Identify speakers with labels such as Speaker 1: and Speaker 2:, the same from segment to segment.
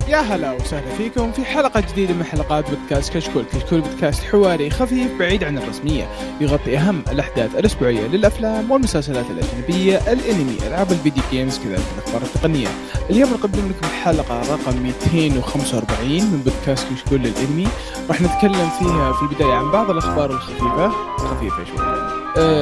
Speaker 1: يا هلا وسهلا فيكم في حلقة جديدة من حلقات بودكاست كشكول. كشكول بودكاست حواري خفيف بعيد عن الرسمية، يغطي أهم الأحداث الأسبوعية للأفلام والمسلسلات الأجنبية، الأنمي، ألعاب الفيديو جيمز، كذلك الأخبار التقنية. اليوم نقدم لكم الحلقة رقم 245 من بودكاست كشكول للأنمي. راح نتكلم فيها في البداية عن بعض الأخبار الخفيفة شوي.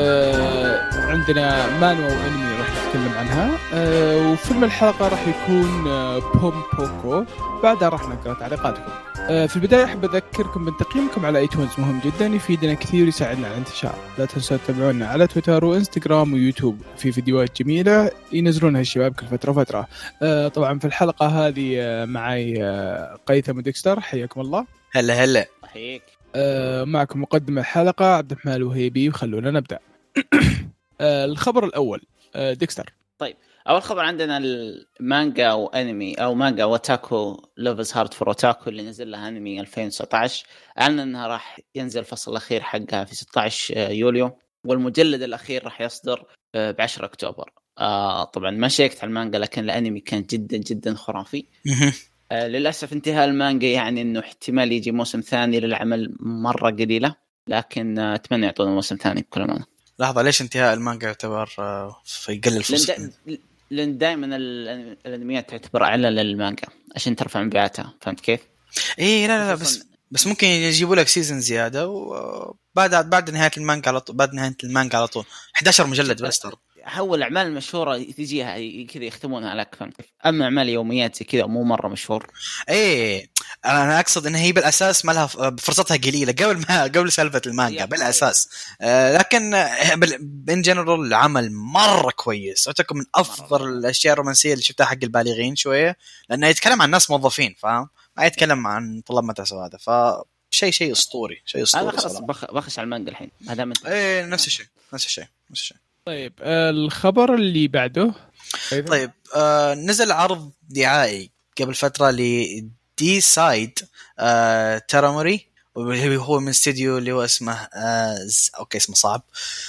Speaker 1: عندنا مانوا وأنمي راح نتكلم عنها، وفيلم الحلقة راح يكون بوم بوكو. بعدها راح نقرأ تعليقاتكم. في البداية أحب أذكركم بأن تقييمكم على ايتونز مهم جدا، يفيدنا كثير ويساعدنا على الانتشار. لا تنسوا تتابعونا على تويتر وإنستغرام ويوتيوب، في فيديوهات جميلة ينزلونها الشباب كل فترة. طبعا في الحلقة هذه معي قيثم وديكستر، حياكم الله.
Speaker 2: هلا
Speaker 3: حيك.
Speaker 1: معكم مقدم الحلقة عبد الرحمن الوهيبي، وخلونا نبدأ. الخبر الأول ديكستر.
Speaker 3: طيب، أول خبر عندنا المانجا أو أنمي أو مانجا واتاكو لوفز هارت فور واتاكو اللي نزل لها أنمي 2019. أعلن أنها راح ينزل الفصل الأخير حقها في 16 يوليو، والمجلد الأخير راح يصدر ب10 أكتوبر. طبعا ما شيكت على المانجا، لكن الأنمي كان جدا جدا خرافي. للأسف انتهاء المانجا يعني أنه احتمال يجي موسم ثاني للعمل مرة قليلة، لكن أتمنى يعطونا موسم ثاني بكل أمانة.
Speaker 2: لحظة، ليش انتهاء المانجا يعتبر في يقلل فرصة؟
Speaker 3: لأن دائما الأنميات تعتبر أعلى للمانجا عشان ترفع مبيعاتها، فهمت كيف؟
Speaker 2: إيه لا بس ممكن يجيبوا لك سيزن زيادة وبعد نهاية المانجا على طول، بعد نهاية المانجا على طول 11 مجلد بس ترى.
Speaker 3: هو الأعمال المشهورة تجيها كذا يختمونها لك، فهمت كيف؟ أما أعمال يوميات زي كذا مو مرة مشهور.
Speaker 2: إيه أنا أقصد إن هي بالأساس ما لها فرصتها قليلة قبل سالفة المانجا بالأساس. لكن بإن جنرال العمل مرة كويس، أعتقد من أفضل الأشياء الرومانسية اللي شفتها حق البالغين شوية، لأنه يتكلم عن ناس موظفين، فاهم؟ ما يتكلم عن طلاب مدرسة، هذا شيء أسطوري
Speaker 3: أنا خلاص بخش على المانجا الحين. هذا
Speaker 2: إيه نفس الشيء.
Speaker 1: طيب الخبر اللي بعده.
Speaker 2: طيب نزل عرض دعائي قبل فترة لدي سايد تراموري، وهو من استديو اللي هو اسمه اوكي اسمه صعب،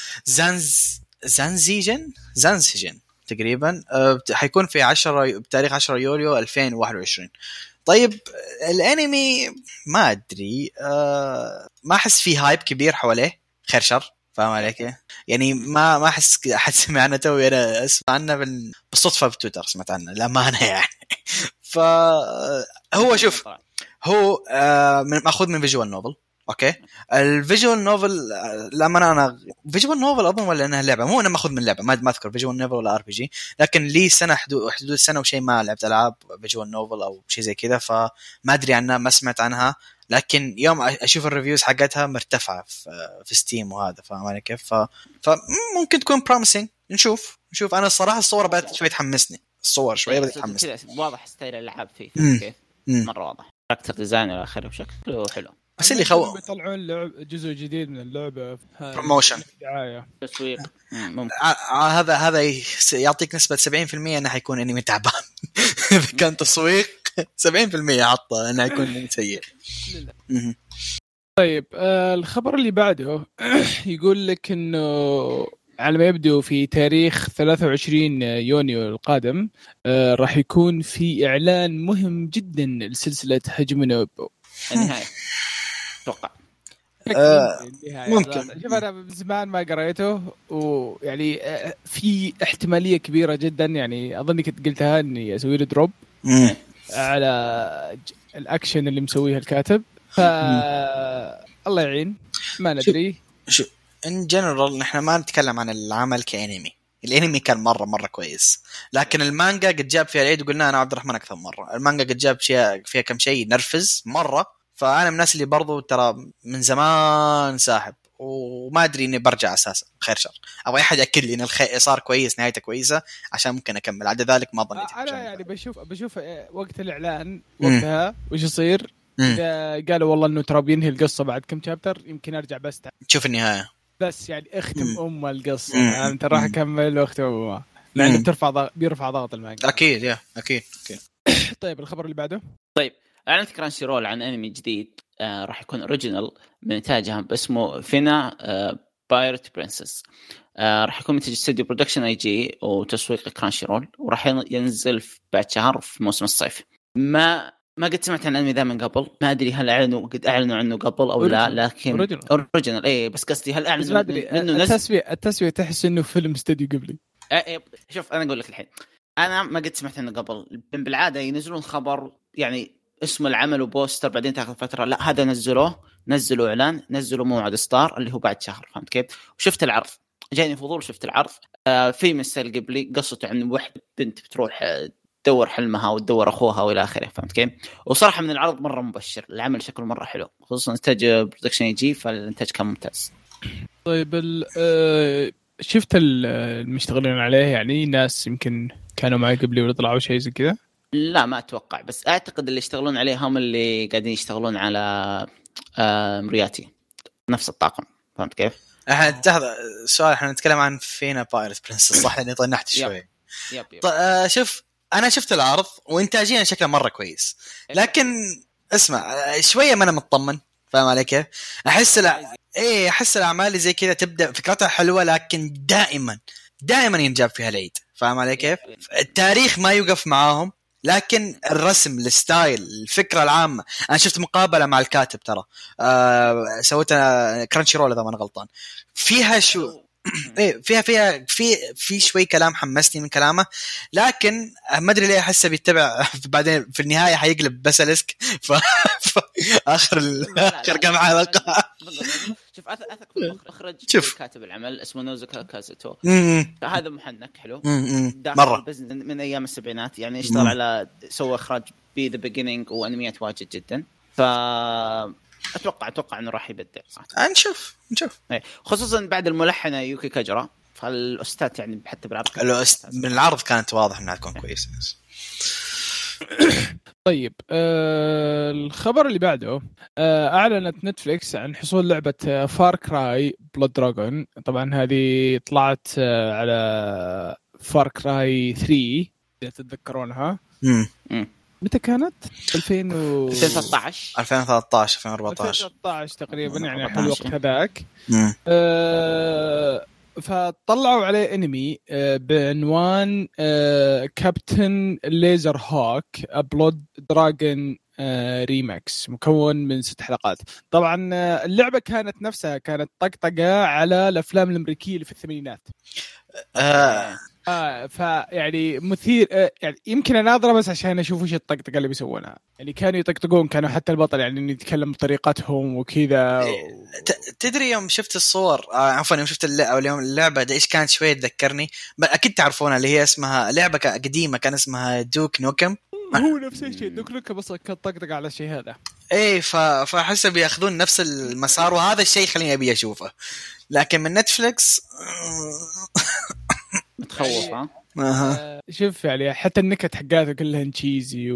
Speaker 2: زانزيجن تقريبا. حيكون في بتاريخ 10 يوليو 2021. طيب الانمي ما ادري، ما احس فيه هايب كبير حواليه، خير شر، فاهم عليك؟ يعني ما احس احد سمع عنه توي، انا اسمع عنه بالصدفه بتويتر، سمعت عنه الامانه يعني. فهو شوف، هو ماخذ من فيجوال نوفل. اوكي الفيجوال نوفل لما انا فيجوال نوفل اظن ولا انها لعبه، مو انا ماخذ من لعبه، ما اذكر فيجوال نوفل ولا ار بي جي، لكن لي سنه حدود السنه وشيء ما لعبت العاب فيجوال نوفل او شيء زي كذا، فما ادري عنها، ما سمعت عنها. لكن يوم اشوف الريفيوز حقتها مرتفعه في ستيم وهذا، فاهم علي كيف؟ فممكن تكون بروميسنج. نشوف انا الصراحه الصور بدات شوي تحمسني، الصور شوي بدات تحمسني،
Speaker 3: واضح ستايل الالعاب فيه كيف مره واضح، كاركتر ديزاين الى اخره بشكل حلو.
Speaker 1: بس اللي بيطلعون جزء جديد من اللعبه،
Speaker 2: بروموشن،
Speaker 3: دعايه، تسويق.
Speaker 2: هذا يعطيك نسبه 70% انه حيكون انمي تعبان. اذا كان تسويق 70% حطه انه يكون انمي سيء.
Speaker 1: طيب الخبر اللي بعده يقول لك انه على ما يبدو في تاريخ 23 يونيو القادم راح يكون في اعلان مهم جدا لسلسله هجوم نوبو
Speaker 3: النهايه. اتوقع
Speaker 1: ممكن. شوف انا من زمان ما قريته، ويعني في احتماليه كبيره جدا، يعني اظني كنت قلتها اني اسوي له دروب على الاكشن اللي مسويه الكاتب، الله يعين، ما ندري.
Speaker 2: شو ان جنرال نحن ما نتكلم عن العمل كانمي، الانمي كان مره كويس، لكن المانجا قد جاب فيها العيد، وقلنا انا عبد الرحمن اكثر مره، المانجا قد جاب فيها كم شيء نرفز مره. فانا من الناس اللي برضو ترى من زمان ساحب، وما ادري اني برجع اساسا، خير شر، او اي حد ياكد لي ان صار كويس، نهايته كويسه عشان ممكن اكمل، عدا ذلك ما ظنيت.
Speaker 1: انا يعني بشوف وقت الاعلان وقتها وش يصير. إذا قالوا والله انه ترى بينهي القصه بعد كم شابتر، يمكن ارجع بس
Speaker 2: تشوف النهايه،
Speaker 1: بس يعني اختم القصه، انت راح اكمل واختم لانه بيرفع ضغط المانجا.
Speaker 2: اكيد اكيد.
Speaker 1: طيب الخبر اللي بعده.
Speaker 3: طيب اعلنت كرانشي رول عن انمي جديد راح يكون اوريجينال من انتاجها، اسمه فينا بايرت برنسس. راح يكون منتج استوديو برودكشن اي جي وتسويق كرانشي رول، وراح ينزل بعد شهر في موسم الصيف. ما ما قد سمعت عن الانمي ذا من قبل، ما ادري هل قد اعلنوا عنه قبل او لا، لكن اوريجينال اي بس قصدي هل اعلنوا
Speaker 1: منه التسوية تحس انه فيلم استوديو قبلي.
Speaker 3: شوف انا اقول لك الحين، انا ما قد سمعت عنه قبل. بالعاده ينزلون خبر يعني اسم العمل وبوستر بعدين تاخذ فتره، لا هذا نزلوا اعلان، نزلوا موعد ستار اللي هو بعد شهر، فهمت كيف؟ وشفت العرض جاني فضول، شفت العرض في مثل قبلي قصته عن واحدة بنت بتروح تدور حلمها وتدور أخوها وإلى آخره، فهمت كيف؟ وصراحة من العرض مرة مبشر، العمل شكله مرة حلو، خصوصا إنتاج برودكشن يجي، فالإنتاج كان ممتاز.
Speaker 1: طيب شفت المشتغلين عليه يعني ناس يمكن كانوا معي قبلي ولا طلعوا شيء زي كذا؟
Speaker 3: لا ما أتوقع، بس أعتقد اللي يشتغلون عليه هم اللي قاعدين يشتغلون على مرياتي نفس الطاقم، فهمت كيف؟
Speaker 2: احنا سؤال، احنا نتكلم عن فينا بايرت برنسس صح؟ لاني طنحت شوي.
Speaker 3: يب.
Speaker 2: شوف انا شفت العرض وانتاجيا شكله مره كويس، لكن اسمع شويه ما انا مطمن، فاهم علي كيف؟ احس الاعمال زي كذا تبدا فكرتها حلوه لكن دائما ينجاب فيها العيد، فاهم علي كيف؟ التاريخ ما يوقف معاهم، لكن الرسم، الستايل، الفكره العامه. انا شفت مقابله مع الكاتب ترى سويتها كرانشي رول اذا ما انا غلطان، فيها شو ايه في شوي كلام حمسني من كلامه، لكن ما ادري ليه احسه بيتبع بعدين في النهايه حيقلب بسلسك اخر كم حلقه.
Speaker 3: شوف اثق في المخرج كاتب العمل اسمه نوزوكا كازوتو، هذا محنك حلو
Speaker 2: مره
Speaker 3: من ايام السبعينات، يعني اشتغل على سوى اخراج بي ذا بيجينينج وانميات واجد جدا، ف اتوقع انه راح يبدع صراحه.
Speaker 2: نشوف
Speaker 3: خصوصا بعد الملحنه يوكي كاجرا، فالاستاذ يعني حتى بالعرض
Speaker 2: من العرض كانت واضح انها تكون كويسه.
Speaker 1: طيب الخبر اللي بعده اعلنت نتفليكس عن حصول لعبه فار كراي بلود دراجون. طبعا هذه طلعت على فار كراي 3 اذا تتذكرونها. متى كانت؟
Speaker 2: 2013
Speaker 1: 2014 تقريبا، يعني حول الوقت هذاك. فطلعوا عليه انمي بعنوان كابتن ليزر هوك بلود دراجون ريماكس، مكون من 6 حلقات. طبعا اللعبة كانت نفسها كانت طقطقة على الأفلام الأمريكية اللي في الثمانينات. فيعني مثير، يعني يمكن اناظره بس عشان اشوف وش الطقطقه اللي بيسوونها. يعني كانوا يطقطقون، كانوا حتى البطل يعني يتكلم بطريقتهم وكذا.
Speaker 2: تدري يوم شفت الصور عفوا يوم شفت اليوم اللعبه ايش كانت شويه تذكرني، اكيد تعرفونها، اللي هي اسمها لعبه قديمه كان اسمها دوك نوكم.
Speaker 1: هو نفس الشيء دوك نوكم، بس كان طقطقه على الشيء هذا.
Speaker 2: ايه فاحس بياخذون نفس المسار، وهذا الشيء خليني ابي اشوفه، لكن من نتفليكس
Speaker 3: متخوف.
Speaker 1: شوف يعني حتى النكت حقاته كلها تشيزي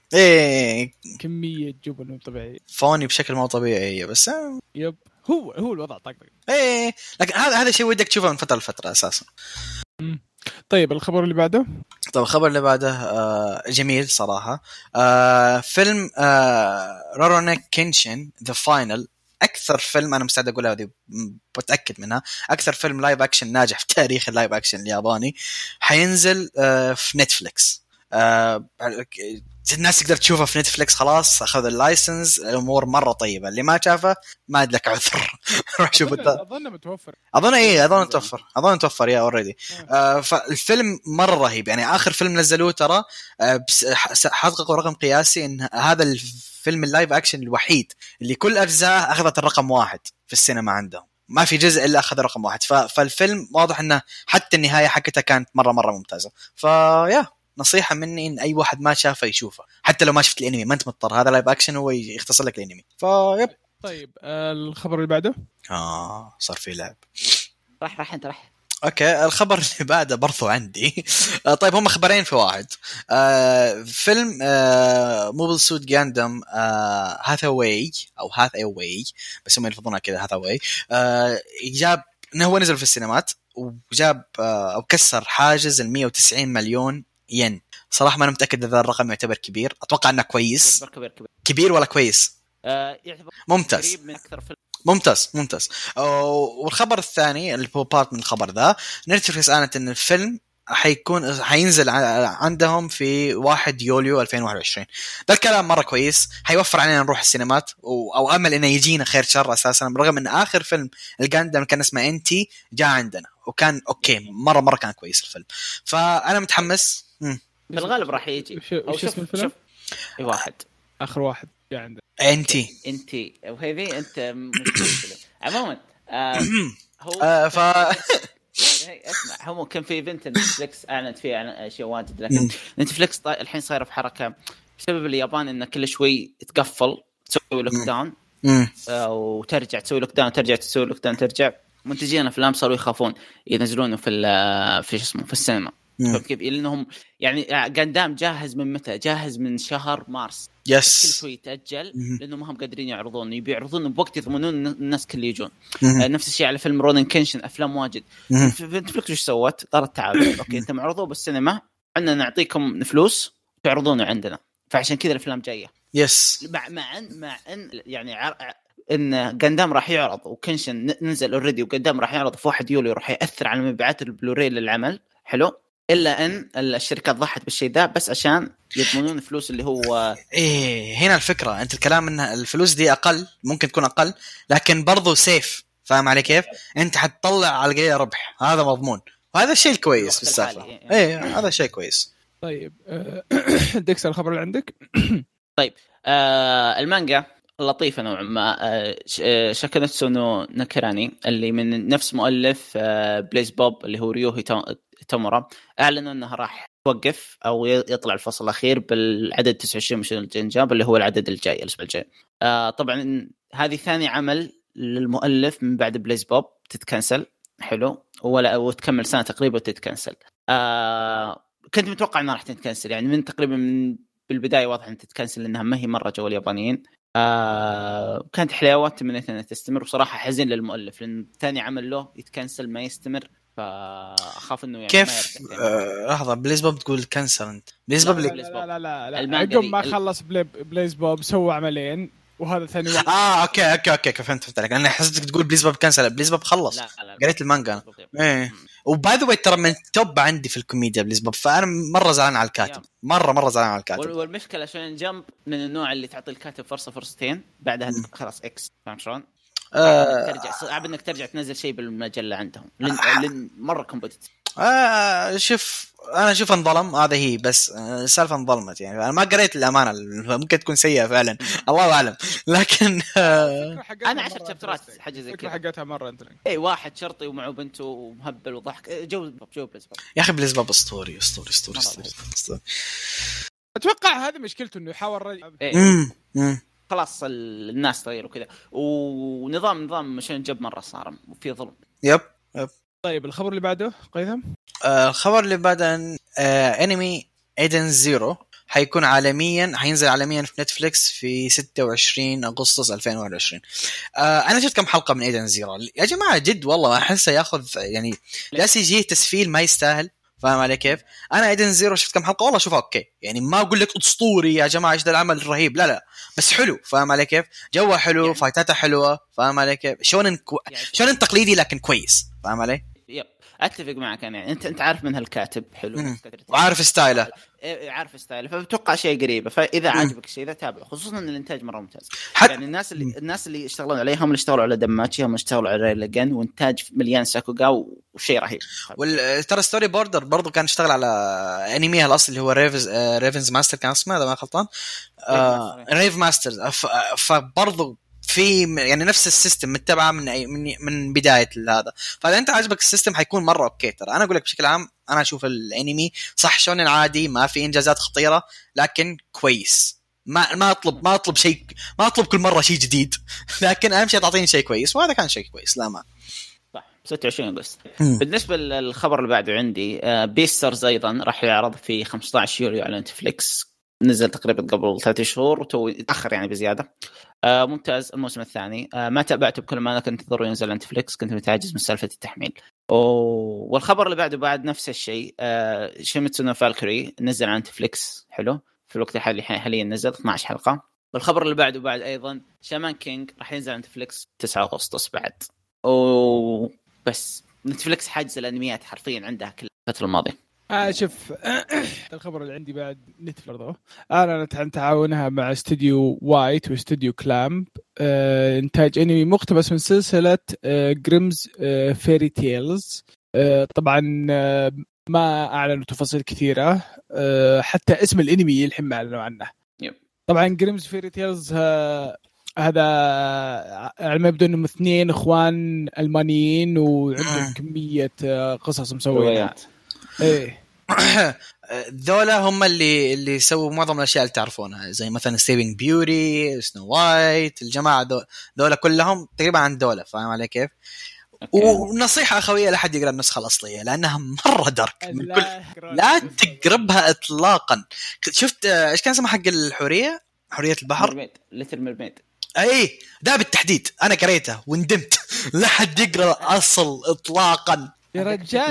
Speaker 1: كمية جبن مو طبيعية،
Speaker 2: فوني بشكل مو طبيعي. بس
Speaker 1: يب هو الوضع طقطق.
Speaker 2: لكن هذا شيء ودك تشوفه من فترة لفترة اساسا.
Speaker 1: طيب الخبر اللي بعده.
Speaker 2: طب الخبر اللي بعده جميل صراحة. فيلم رورونيك كينشن ذا فاينل، أكثر فيلم أنا مستعد أقولها هذه بتأكد منها، أكثر فيلم لايف أكشن ناجح في تاريخ اللايف أكشن الياباني، حينزل في نتفليكس. الناس تقدر تشوفه في نتفليكس، خلاص أخذ اللايسنس، الأمور مرة طيبة. اللي ما شافه ما لك عذر. روح شوف.
Speaker 1: أظن متوفر.
Speaker 2: أظن توفر يا أوريدي. فالفيلم مرة رهيب، يعني آخر فيلم نزلوه ترى حققوا رقم قياسي إن هذا الفيلم اللايف أكشن الوحيد اللي كل أجزاء أخذت الرقم 1 في السينما عندهم، ما في جزء إلا أخذ رقم 1. فالفيلم واضح إنه حتى النهاية حقتها كانت مرة ممتازة. نصيحة مني إن أي واحد ما شافه يشوفه، حتى لو ما شفت الأنمي ما أنت مضطر، هذا لايف أكشن هو يختصر لك الأنمي. يب.
Speaker 1: طيب الخبر اللي بعده.
Speaker 2: صار في لعب.
Speaker 3: راح أنت راح.
Speaker 2: اوكي الخبر اللي بعده برضو عندي. طيب هم خبرين في واحد. فيلم موبل سود جاندم هاثاواي او هاثاواي، بس هم يلفظونها كذا هاثاواي، جاب انه هو نزل في السينمات وجاب او كسر حاجز 190 مليون ين. صراحه ما انا متاكد اذا الرقم يعتبر كبير، اتوقع انه كويس. كبير ولا كويس؟
Speaker 3: يعتبر
Speaker 2: ممتاز.
Speaker 3: قريب من اكثر فيلم.
Speaker 2: ممتاز. والخبر الثاني اللي هو بارت من الخبر ذا، نتفليكس قالت ان الفيلم حينزل عندهم في 1 يوليو 2021. ده الكلام مره كويس، حيوفر علينا نروح السينمات او امل انه يجينا خير شر اساسا، برغم ان اخر فيلم الجاندام كان اسمه انتي جاء عندنا وكان اوكي مره كان كويس الفيلم، فانا متحمس.
Speaker 3: في الغالب راح يجي.
Speaker 1: وش اسم الفيلم؟
Speaker 3: واحد
Speaker 1: اخر واحد جاء عندنا
Speaker 3: انتي وهذه انت مش عموما هو اسمع، هو كان في ايفنت نتفليكس اعلنت فيه عن اشياء واجد، لكن نتفليكس الحين صايره في حركه بسبب اليابان انه كل شوي تقفل تسوي لوك داون وترجع تسوي لوك داون، ترجع تسوي لوك داون، ترجع. منتجين افلام صاروا يخافون ينزلونه في اسمه في السينما كيف، لانهم يعني قدام جاهز من متى؟ جاهز من شهر مارس. كل شوي يتأجل لأنه ما هم قادرين يعرضون بوقت يضمنون الناس كل يجون. نفس الشيء على فيلم رونين كينشن، أفلام واجد. نتفلكس وش سوت؟ قالت تعالوا أوكي أنت معرضوا بالسينما، عندنا نعطيكم فلوس تعرضونه عندنا، فعشان كذا الأفلام جاية. مع أن يعني إن قدام راح يعرض وكينشن نزل أوريدي، وقدام راح يعرض في 1 يوليو، راح يأثر على مبيعات البلوراي للعمل. حلو، إلا أن الشركات ضحت بالشيء ده بس عشان يضمنون الفلوس اللي هو
Speaker 2: هنا الفكرة. أنت الكلام إن الفلوس دي أقل، ممكن تكون أقل لكن برضو سيف، فاهم علي كيف؟ أنت حتطلع على القليل ربح، هذا مضمون، وهذا الشيء الكويس بالسالفة. هذا شيء كويس.
Speaker 1: طيب ديكسر الخبر اللي عندك؟
Speaker 3: طيب المانجا لطيفة نوعا ما. شاكوناتسو نو ناكيراني اللي من نفس مؤلف بليز بوب اللي هو ريوهي تومورا، أعلنوا أنها راح توقف أو يطلع الفصل الأخير بالعدد 29 مش الجنجاب اللي هو العدد الجاي الأسبوع الجاي. طبعا هذه ثاني عمل للمؤلف من بعد بليز بوب تتكنسل. حلو، وتكمل سنة تقريبا وتتكنسل. كنت متوقع أنها راح تتكنسل، يعني من تقريبا من بالبداية واضح أن تتكنسل لأنها ما هي مرة جو اليابانيين. كانت حلاوة تمنيت أنها تستمر، وصراحة حزين للمؤلف لأن ثاني عمل له يتكنسل ما يستمر، فأخاف إنه يعني
Speaker 2: كيف لحظة بليز بوب تقول كنسل أنت؟ بليز بوب
Speaker 1: لا عقب ما خلص بليز بوب سوى عملين وهذا ثاني واحد.
Speaker 2: اوكي فهمت عليك. انا حسيتك تقول بليز بوب كنسل. بليز بوب خلص. قريت المانجا. وباي ذا واي ترى من توب عندي في الكوميديا بليز بوب، فانا مره زعلان على الكاتب. مره زعلان على الكاتب.
Speaker 3: والمشكله شلون جنب من النوع اللي تعطي الكاتب فرصتين بعدها خلاص اكس، فاهم شلون؟ ترجع صعب انك ترجع تنزل شيء بالمجله عندهم لأن مره كومبتيتيف.
Speaker 2: شوف انا اشوف انظلم، هذا هي بس السالفه انظلمت. يعني انا ما قريت الامانه، ممكن تكون سيئه فعلا الله اعلم، لكن
Speaker 3: انا 10 شابترات حاجه زي كذا
Speaker 1: حقتها مره انت
Speaker 3: واحد شرطي ومعه بنته ومهبل وضحك جو بليز.
Speaker 2: يا اخي بليز باب اسطوري.
Speaker 1: اتوقع هذه مشكلته انه يحاول
Speaker 3: خلاص الناس تغير وكذا، ونظام مشان جب مره صار وفي ظلم.
Speaker 2: يب.
Speaker 1: طيب الخبر اللي بعده قيثم؟
Speaker 2: الخبر اللي بعده انمي ايدن زيرو حيكون عالميا، حينزل عالميا في نتفليكس في 26 أغسطس 2021. انا شفت كم حلقه من ايدن زيرو يا جماعه، جد والله ما احسه ياخذ يعني لا سي تسفيل ما يستاهل، فاهم علي كيف؟ انا ايدن زيرو شفت كم حلقه والله شوفها اوكي، يعني ما اقول لك اسطوري يا جماعه ايش ذا العمل الرهيب، لا بس حلو، فاهم علي كيف؟ جوه حلو يعني. فايتاته حلوه، فاهم علي كيف؟ شلون تقليدي لكن كويس، فاهم علي؟
Speaker 3: يب اتفق معك. يعني انت عارف من هالكاتب حلو
Speaker 2: وعارف ستايله،
Speaker 3: عارف ستايله، فبتوقع شيء قريبه. فاذا عجبك الشيء ذا تابعه، خصوصا ان الانتاج مره ممتاز. يعني الناس اللي يشتغلون عليهم اللي اشتغلوا على دماتشي، هم اشتغلوا على ريلجن، وانتاج مليان ساكوغا وشيء رهيب.
Speaker 2: ترى ستوري بوردر برضو كان اشتغل على انميها الاصلي اللي هو ريفنز ماستر، كان اسمه هذا ما غلطان ريف ماسترز. فبرضو في يعني نفس السيستم متبعه من بدايه هذا. فاذا انت عجبك السيستم حيكون مره اوكي. ترى انا اقول لك بشكل عام انا اشوف الانمي صح شلون عادي، ما في انجازات خطيره لكن كويس. ما اطلب شيء، ما اطلب كل مره شيء جديد، لكن اهم شيء تعطيني شيء كويس، وهذا كان شيء كويس. لا ما
Speaker 3: صح 26 أغسطس. بالنسبه للخبر اللي بعده عندي بيسترز ايضا راح يعرض في 15 يوليو على نتفليكس. نزل تقريبا قبل 3 شهور وتو يتاخر يعني بزياده. ممتاز. الموسم الثاني ما تابعته بكل ما انا كنت انتظر ينزل على نتفليكس، كنت متعجز من سالفه التحميل. والخبر اللي بعده بعد نفس الشيء، شيميتسو نو فالكري نزل على نتفليكس حلو في الوقت الحالي، حاليا نزل 12 حلقه. والخبر اللي بعده بعد ايضا شامان كينج راح ينزل على نتفليكس 9 أغسطس بعد. بس نتفليكس حاجز الانميات حرفيا عندها كل الفتره الماضيه.
Speaker 1: شوف الخبر اللي عندي بعد نتفلر انا تعاونها مع استوديو وايت واستوديو كلامب، انتاج انمي مقتبس من سلسله جريمز فيري تيلز. طبعا ما اعلنوا تفاصيل كثيره، حتى اسم الانمي الحين ما اعلنوا عنه. طبعا جريمز فيري تيلز هذا على ما يبدو انهم 2 اخوان المانيين وعندهم كميه قصص مسوينها. ايه
Speaker 2: ذولا هم اللي يسووا معظم الاشياء اللي تعرفونها، زي مثلا ستيفنج بيوري، سنو وايت، الجماعه ذولا كلهم تقريبا عن ذولا، فاهم علي كيف؟ ونصيحه اخويه لحد يقرا النسخه الاصليه لانها مره دارك من كل، لا تقربها اطلاقا. شفت ايش كان اسمه حق الحوريه، حوريه البحر،
Speaker 3: ليتل ميرميد.
Speaker 2: اي ده بالتحديد انا قريته وندمت. لا حد يقرا اصل اطلاقا.
Speaker 1: يا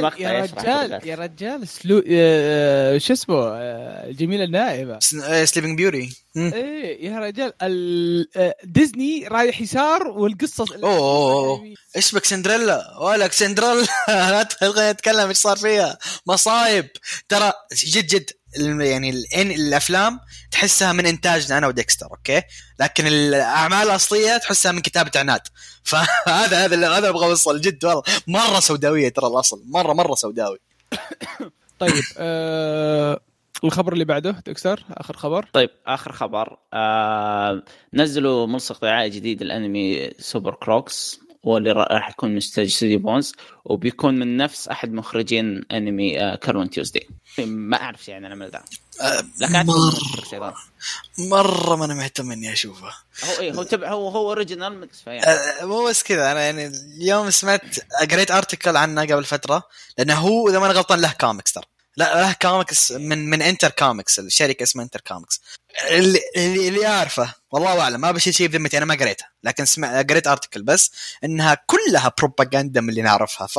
Speaker 1: رجال شو اسمه الجميله النائبه
Speaker 2: سليبنج بيوري.
Speaker 1: ايه يا رجال ديزني رايح يسار والقصه
Speaker 2: ايش بك سندريلا ولا سندريلا؟ لا تبغى نتكلم ايش صار فيها، مصايب ترى جد يعني الافلام تحسها من انتاجنا انا وديكستر، اوكي، لكن الاعمال الاصليه تحسها من كتابه عناد. فهذا ابغى اوصل جد والله مره سوداويه ترى الاصل مره سوداوي.
Speaker 1: طيب الخبر اللي بعده ديكستر، اخر خبر.
Speaker 3: طيب اخر خبر نزلوا ملصق دعائي جديد الانمي سوبر كروكس، واللي راح يكون من استوديو بونز، وبيكون من نفس احد مخرجين انمي كارون تيوزداي. ما اعرف يعني انا من ذا، لكن
Speaker 2: مره ما انا مهتم اني اشوفه.
Speaker 3: هو اوريجينال ميكس، يعني
Speaker 2: مو بس كذا. انا يعني اليوم قريت ارتكل عنه قبل فتره، لانه هو اذا ما انا غلطان له كوميكس، ترى لا له كوميكس من انتر كوميكس، الشركه اسمها انتر كوميكس. اللي اعرفه والله اعلم، ما بشي شيء بذمتي، انا ما قريته، لكن قريت ارتكل بس انها كلها بروباغندا من اللي نعرفها.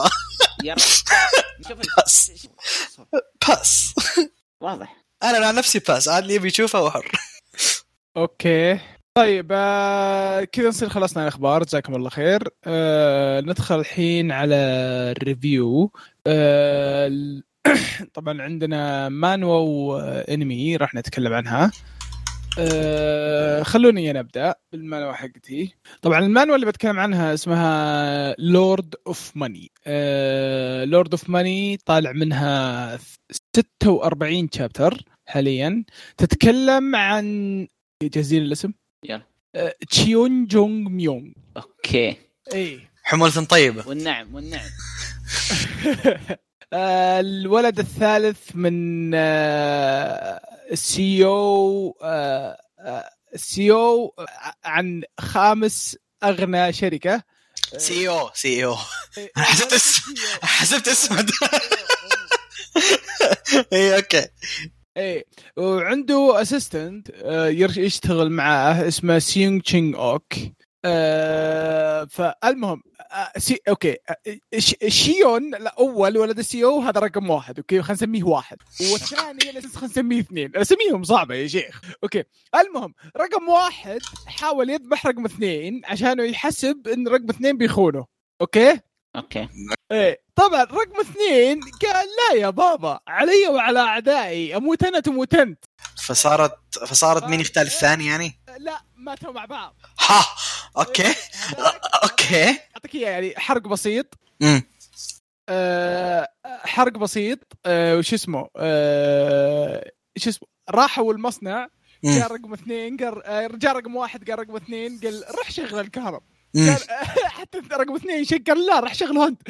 Speaker 2: باس
Speaker 3: واضح.
Speaker 2: انا مع نفسي باس، عاد اللي يبي يشوفه وحر.
Speaker 1: اوكي طيب كذا نصير خلصنا الاخبار، جزاكم الله خير. ندخل الحين على الريفيو. طبعا عندنا مانوا وانمي راح نتكلم عنها. خلوني نبدأ بالمانوا حقتي. طبعا المانوا اللي بتكلم عنها اسمها لورد اوف ماني. لورد اوف ماني طالع منها 46 شابتر حاليا، تتكلم عن جزيرة الاسم
Speaker 3: يلا
Speaker 1: تشيون جونغ ميونغ.
Speaker 3: اوكي
Speaker 2: ايه حمولة طيبة
Speaker 3: والنعم
Speaker 1: الولد الثالث من السيو عن 5 أغنى شركة.
Speaker 2: سيو حسبت اسمه. اي اوكي.
Speaker 1: ايه وعنده اسيستنت يشتغل معاه اسمه سيونغ تشينغ اوك. فالمهم اوكي شيون الاول ولد السيو هذا رقم 1، اوكي خلينا نسميه 1، والثاني خلينا نسميه 2. اسميهم صعبه يا شيخ. اوكي المهم رقم 1 حاول يذبح رقم 2 عشانه يحسب ان رقم 2 بيخونه. اوكي ايه طبعا رقم 2 قال لا يا بابا، علي وعلى اعدائي، اموت انا تموت انت.
Speaker 2: فصارت مين يختال الثاني يعني؟
Speaker 1: لا ماتوا مع بعض.
Speaker 2: ها اوكي
Speaker 1: اعطيك يعني حرق بسيط. حرق بسيط. وش اسمه راحوا المصنع، قال رقم 2 رجع رقم 1 قال رقم 2 قال رح شغل الكهرب، قال حتى رقم 2 شغل لا رح شغله انت.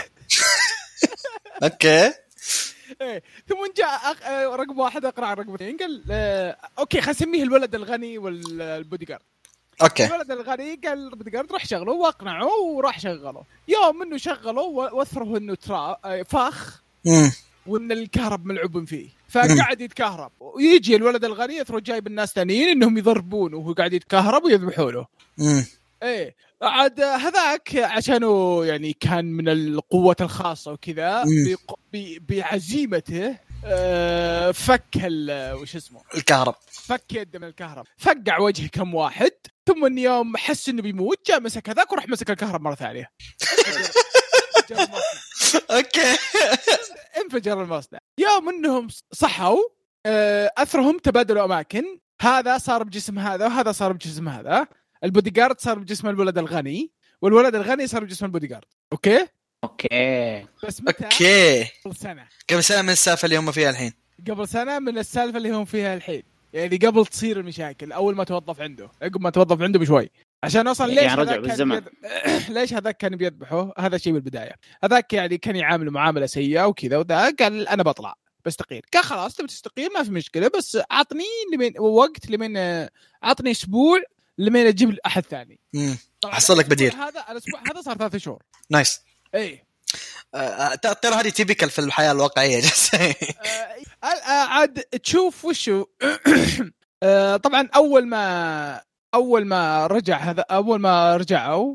Speaker 2: اوكي
Speaker 1: ثم جاء رقم 1 اقرا رقم 2 قال اوكي خلينا نسميه الولد الغني والبودي جارد.
Speaker 2: اوكي
Speaker 1: الولد الغني قال البودي جارد راح شغله، واقنعوه وراح شغله. يوم انه شغله واثروا انه فخ وان الكهرب ملعوب فيه، فقعد يتكهرب. ويجي الولد الغني يثروا جايب الناس ثانيين انهم يضربونه وهو قاعد يتكهرب ويذبحوا له. ايه عاد هذاك عشانه يعني كان من القوة الخاصة وكذا، بعزيمته فك وش اسمه
Speaker 2: الكهرب،
Speaker 1: فك يده من الكهرب، فقع وجه كم واحد، ثم ان يوم حس انه بيموت جاء مسك هذاك وراح مسك الكهرب مرة ثانية.
Speaker 2: اوكي
Speaker 1: انفجر المصنع. يوم انهم صحوا اثرهم تبادلوا اماكن، هذا صار بجسم هذا وهذا صار بجسم هذا. البودي جارد صار بجسم الولد الغني والولد الغني صار بجسم البودي جارد. اوكي بس متى؟
Speaker 2: اوكي
Speaker 1: قبل سنه
Speaker 2: من السالفه اللي هم فيها الحين.
Speaker 1: قبل سنه من السالفه اللي هم فيها الحين، يعني قبل تصير المشاكل اول ما توظف عنده، عقب ما توظف عنده بشوي، عشان اصلا ليش
Speaker 3: يعني رجع بالزمن.
Speaker 1: ليش هذاك كان بيذبحه؟ هذا شيء بالبدايه. هذاك يعني كان يعامله معامله سيئه وكذا، وذا قال انا بطلع بستقيل. قال خلاص تبي تستقيل ما في مشكله، بس اعطني لمن وقت، لمن اعطني اسبوع لمن اجيب احد ثاني.
Speaker 2: حصل لك بديل.
Speaker 1: هذا الاسبوع هذا صار 3 شهور.
Speaker 2: نايس.
Speaker 1: ايه
Speaker 2: ترى هذه تيبيكال في الحياه الواقعيه.
Speaker 1: عاد تشوف وشو. طبعا اول ما رجع هذا، اول ما رجعوا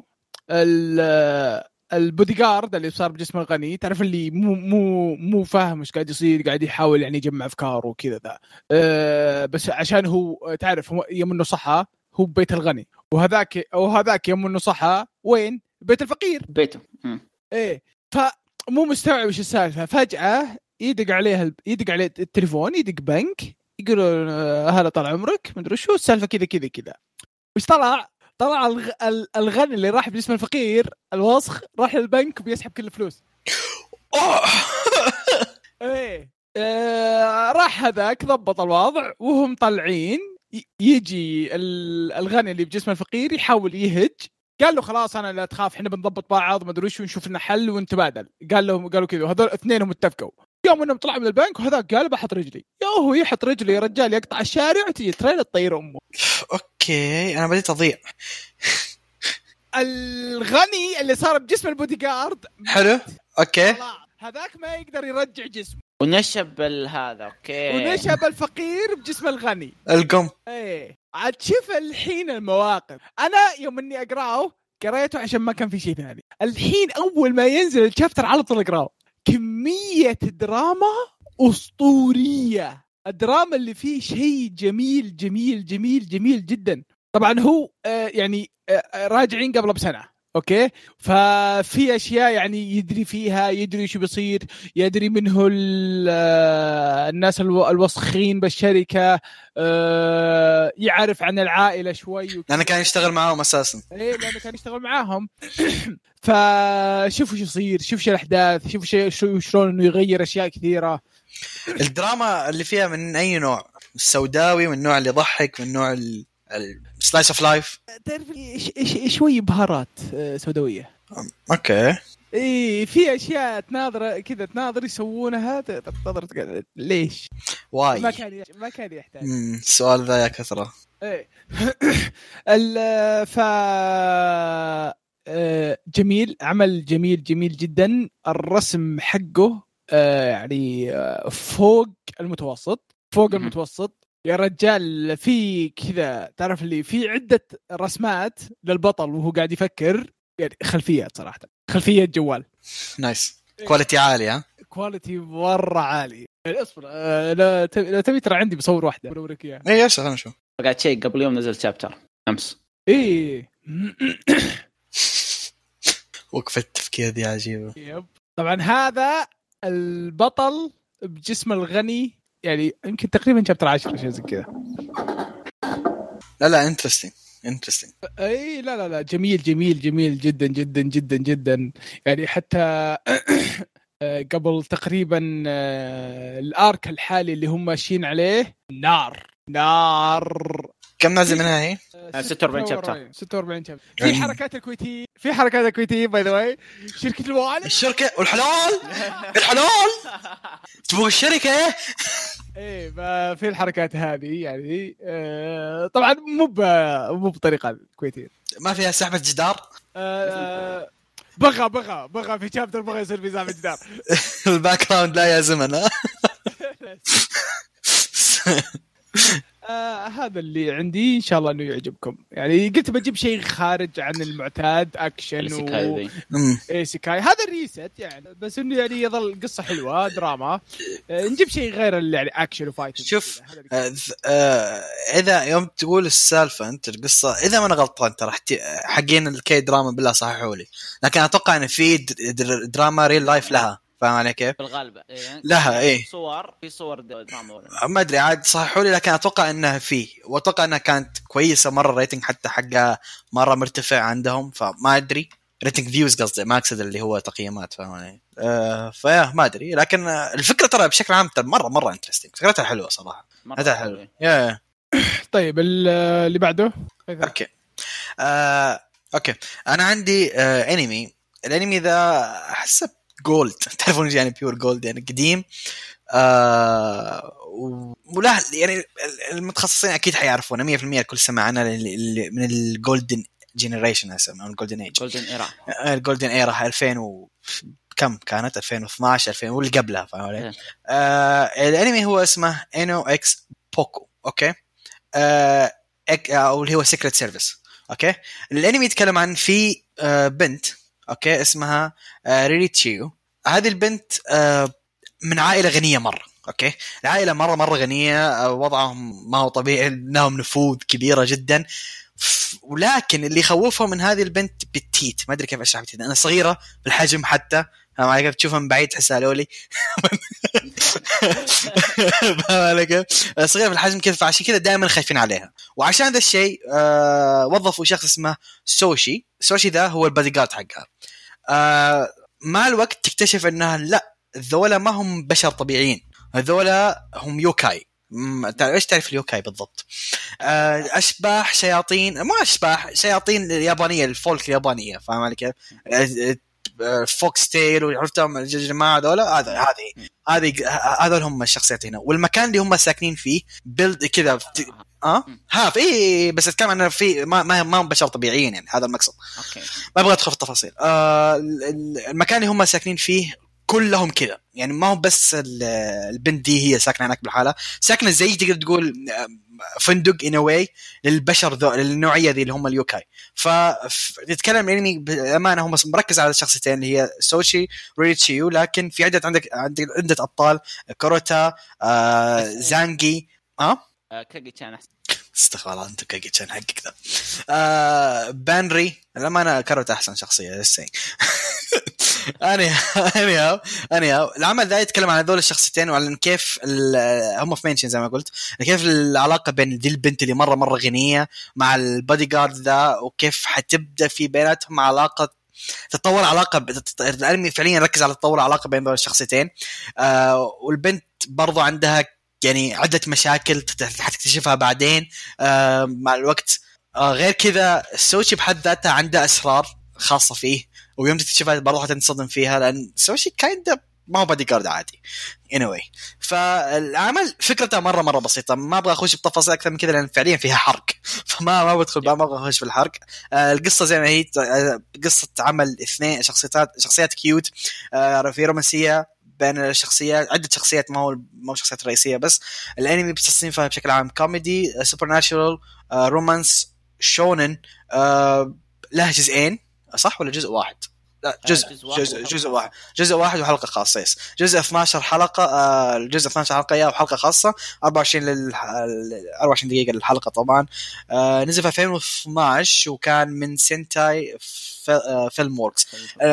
Speaker 1: البودي جارد اللي صار بجسم الغني، تعرف اللي مو فاهم ايش قاعد يصير، قاعد يحاول يعني يجمع افكار وكذا ذا. بس عشان هو تعرف يوم انه صحى هو بيت الغني، وهذاك يوم انه صحى وين؟ بيت الفقير،
Speaker 3: بيته.
Speaker 1: ايه فمو مستوعب ايش السالفه. فجاه يدق عليه التليفون، يدق بنك، يقول هلا طال عمرك مدري شو السالفه كذا كذا كذا. وش طلع الغني اللي راح باسم الفقير الوسخ راح للبنك وبيسحب كل الفلوس. ايه راح هذاك ضبط الوضع، وهم طالعين يجي الغني اللي بجسم الفقير يحاول يهج. قال له خلاص انا لا تخاف، احنا بنضبط بعض ما ادري شو، نشوف لنا حل ونتبادل. قالوا كذا، وهذول اثنينهم اتفقوا. يوم انهم طلعوا من البنك وهذا قال بحط رجلي، هو يحط رجلي يا رجال، يقطع الشارع وتجي تريل تطير امه.
Speaker 2: اوكي انا بديت اضيع.
Speaker 1: الغني اللي صار بجسم البودي جارد
Speaker 2: حلو اوكي،
Speaker 1: هذاك ما يقدر يرجع جسمه،
Speaker 3: ونشب هذا. اوكي
Speaker 1: ونشب الفقير بجسم الغني
Speaker 2: القم.
Speaker 1: ايه عاد شوف الحين المواقف. انا يوم اني اقراه قريته عشان ما كان في شيء ثاني. الحين اول ما ينزل الشابتر على طول اقراه. كمية دراما أسطورية، الدراما اللي فيه شيء جميل جميل جميل جميل جدا. طبعا هو يعني راجعين قبل بسنة، اوكي، ففي اشياء يعني يدري فيها، يدري شو بيصير، يدري منه الناس الوسخين بالشركة، يعرف عن العائلة شوي
Speaker 2: لأنه كان يشتغل معاهم أساسا.
Speaker 1: ايه لأنه كان يشتغل معاهم. فشوفوا شو يصير، شوف شو الأحداث، شوف شلون إنه يغير أشياء كثيرة.
Speaker 2: الدراما اللي فيها من أي نوع؟ السوداوي، من النوع اللي يضحك، من النوع السلايس اوف لايف،
Speaker 1: تعرف شوي بهارات سوداوية.
Speaker 2: اوكي
Speaker 1: ايه في اشياء تناظر يسوونها تناظر ليش
Speaker 2: واي
Speaker 1: ما كان يحتاج.
Speaker 2: السؤال ذا يا كثرة.
Speaker 1: ايه ف جميل، عمل جميل جميل جدا. الرسم حقه يعني فوق المتوسط يا رجال. في كذا تعرف اللي في عدة رسمات للبطل وهو قاعد يفكر، يعني خلفيات صراحة، خلفية جوال
Speaker 2: نايس، كواليتي عالي. ها
Speaker 1: كواليتي مرة عالي. اصبر لا تبي ترى عندي بصور واحدة بوريك اياها.
Speaker 2: ايه يا خلنا نشوف.
Speaker 3: قاعد شيء قبل يوم نزل شابتر امس.
Speaker 1: ايه
Speaker 2: وقفة التفكير دي عجيبة.
Speaker 1: يب طبعا هذا البطل بجسم الغني، يعني يمكن تقريبا شابتر 10 شيء زي كذا.
Speaker 2: لا انترستينج.
Speaker 1: اي لا جميل جدا جدا جدا جدا. يعني حتى قبل تقريبا الارك الحالي اللي هم ماشيين عليه نار.
Speaker 2: كم نازل منها هي؟
Speaker 3: 46 شابتر.
Speaker 1: 46 شابتر. في حركات الكويتيين باي ذا واي، شركة الموالد،
Speaker 2: الشركة والحلال تبغى الشركة
Speaker 1: ايه في الحركات هذه يعني. طبعا مو بطريقة الكويتيين،
Speaker 2: ما فيها سحبة جدار.
Speaker 1: بغى في شابتر بغى يصير في سحبة جدار.
Speaker 2: الباك جراوند لا يا زمن.
Speaker 1: هذا اللي عندي، إن شاء الله إنه يعجبكم. يعني قلت بجيب شيء خارج عن المعتاد، أكشن إيسيكاي هذا الريست يعني، بس إنه يعني يظل قصة حلوة دراما. نجيب شيء غير اللي يعني أكشن وفايت.
Speaker 2: شوف إذا يوم تقول السالفة أنت القصة، إذا ما أنا غلطان ترى حقين الكي دراما بالله صححوا لي، لكن أتوقع إن في دراما ريل لايف لها فاهم علي كيف؟
Speaker 3: في الغالب يعني
Speaker 2: لها ايه
Speaker 3: في صور دراما
Speaker 2: ما ادري عاد صححوا لي، لكن اتوقع انها فيه، واتوقع انها كانت كويسه مره، الريتنج حتى حقها مره مرتفع عندهم، فما ادري ريتنج فيوز قصدي، ما اقصد اللي هو تقييمات، فاهم علي؟ فيا ما ادري، لكن الفكره ترى بشكل عام مره انترستينج، فكرتها حلوه صراحه، فكرتها حلوه. يا
Speaker 1: طيب اللي بعده
Speaker 2: اوكي. اوكي انا عندي انمي، الانمي ذا حسب جولد، تعرفون يعني بيور جولد يعني قديم، ولا يعني المتخصصين اكيد حيعرفونه 100%، الكل سمع عنه من الجولدن جينيريشن اسمه الجولدن ايج، الجولدن ايرا 2000 كم كانت 2012 2000 واللي قبلها، فاهم علي؟ الانمي هو اسمه انو اكس بوكو. اوكي او اللي هو سيكريت سيرفيس. اوكي الانمي يتكلم عن في بنت اوكي اسمها ريري تشيو. هذه البنت من عائله غنيه مره. اوكي العائله مره غنيه، وضعهم ما هو طبيعي، انهم نفوذ كبيره جدا، ولكن اللي يخوفهم من هذه البنت بالتيت، ما ادري كيف اشرح بالتيت، انا صغيره بالحجم حتى ما تشوفها من بعيد تحسها لولي صغيره بالحجم كذا، فعشان كذا دائما خايفين عليها. وعشان ذا الشيء وظفوا شخص اسمه سوشي ذا هو البادي جارد حقها. مع الوقت تكتشف انها لا، الذولا ما هم بشر طبيعيين، هذولا هم يوكاي. ايش تعرف اليوكاي بالضبط؟ اشباح شياطين، ما اشباح شياطين اليابانيه، الفولك اليابانيه، فاهم علي كيف؟ فوكس تيل وعرفتهم الجماعه هذولا، هذول هم الشخصيات هنا. والمكان اللي هم ساكنين فيه بيلد كذا في بس اتكلم عن في ما هم بشر طبيعيين يعني، هذا المقصد. ما ابغى ادخل في التفاصيل. المكان اللي هم ساكنين فيه كلهم كذا يعني، ما هو بس البنت دي هي ساكنه هناك بالحاله، ساكنه زي تقدر تقول فندق in a way للبشر للنوعيه ذي اللي هم اليوكاي. فنتكلم الانمي بامانه هم مركز على الشخصيتين اللي هي سوشي وريتشيو، لكن في عندك عده ابطال، كوروتا، زانجي،
Speaker 3: كاجي تشان احسن،
Speaker 2: استغفر الله انت كاجي تشان حقك ذا، بانري، لما انا كوروتا احسن شخصيه لسه أنا العمل ذا يتكلم عن هذول الشخصيتين، وعن كيف هم في منشن زي ما قلت، كيف العلاقة بين دي البنت اللي مرة غنية مع البادي جارد ذا، وكيف حتبدأ في بيناتهم علاقة، تطور علاقة. الأنمي فعليا ركز على تطور علاقة بين هذول الشخصيتين. والبنت برضو عندها يعني عدة مشاكل حتكتشفها بعدين مع الوقت. غير كذا السوشي بحد ذاتها عنده أسرار خاصة فيه، ويوم تكتشفها برضو حتنصدم فيها، لأن سوشي كايندا ما هو بادي جارد عادي anyway. فالعمل فكرته مرة بسيطة، ما أبغى أخش بتفاصيل أكثر من كذا لأن فعليا فيها حرق فما بدخل ما أبغى أخش في الحرق. القصة زي ما هي قصة عمل اثنين شخصيات كيوت، في رومانسية بين الشخصيات، عدة شخصيات، ما هو شخصيات رئيسية بس. الأنمي بتصنيفها بشكل عام كوميدي، سوبرناتشورال، رومانس، شونن. له جزئين صح ولا جزء واحد؟ لا جزء واحد وحلقة خاصة. جزء 12 حلقة، الجزء 12 حلقة يا وحلقة خاصة 24 دقيقة للحلقة طبعا. نزل في 2012 وكان من سينتاي فيلم ووركس.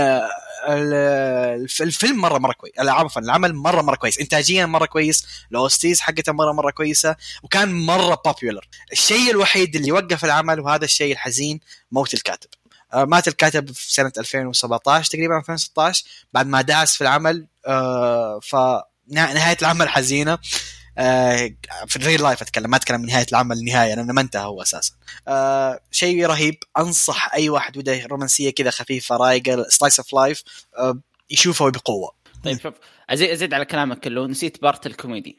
Speaker 2: الفيلم مرة كويس، عفوا العمل مرة كويس، إنتاجيا مرة كويس، الأوستيز حقته مرة كويسة، وكان مرة بوبيولر. الشيء الوحيد اللي وقف العمل وهذا الشيء الحزين موت الكاتب. مات الكاتب في سنة 2017 تقريبا 2016 بعد ما دعس في العمل. فنهاية العمل حزينة في الريل لايف أتكلم، ما أتكلم من نهاية العمل النهاية لأنه ما انتهى هو أساسا. شيء رهيب، أنصح أي واحد وده رومانسية كذا خفيفة رايقة سلايس اوف لايف يشوفه بقوة.
Speaker 3: طيب شوف أزيد على كلامك كله، نسيت بارت الكوميدي.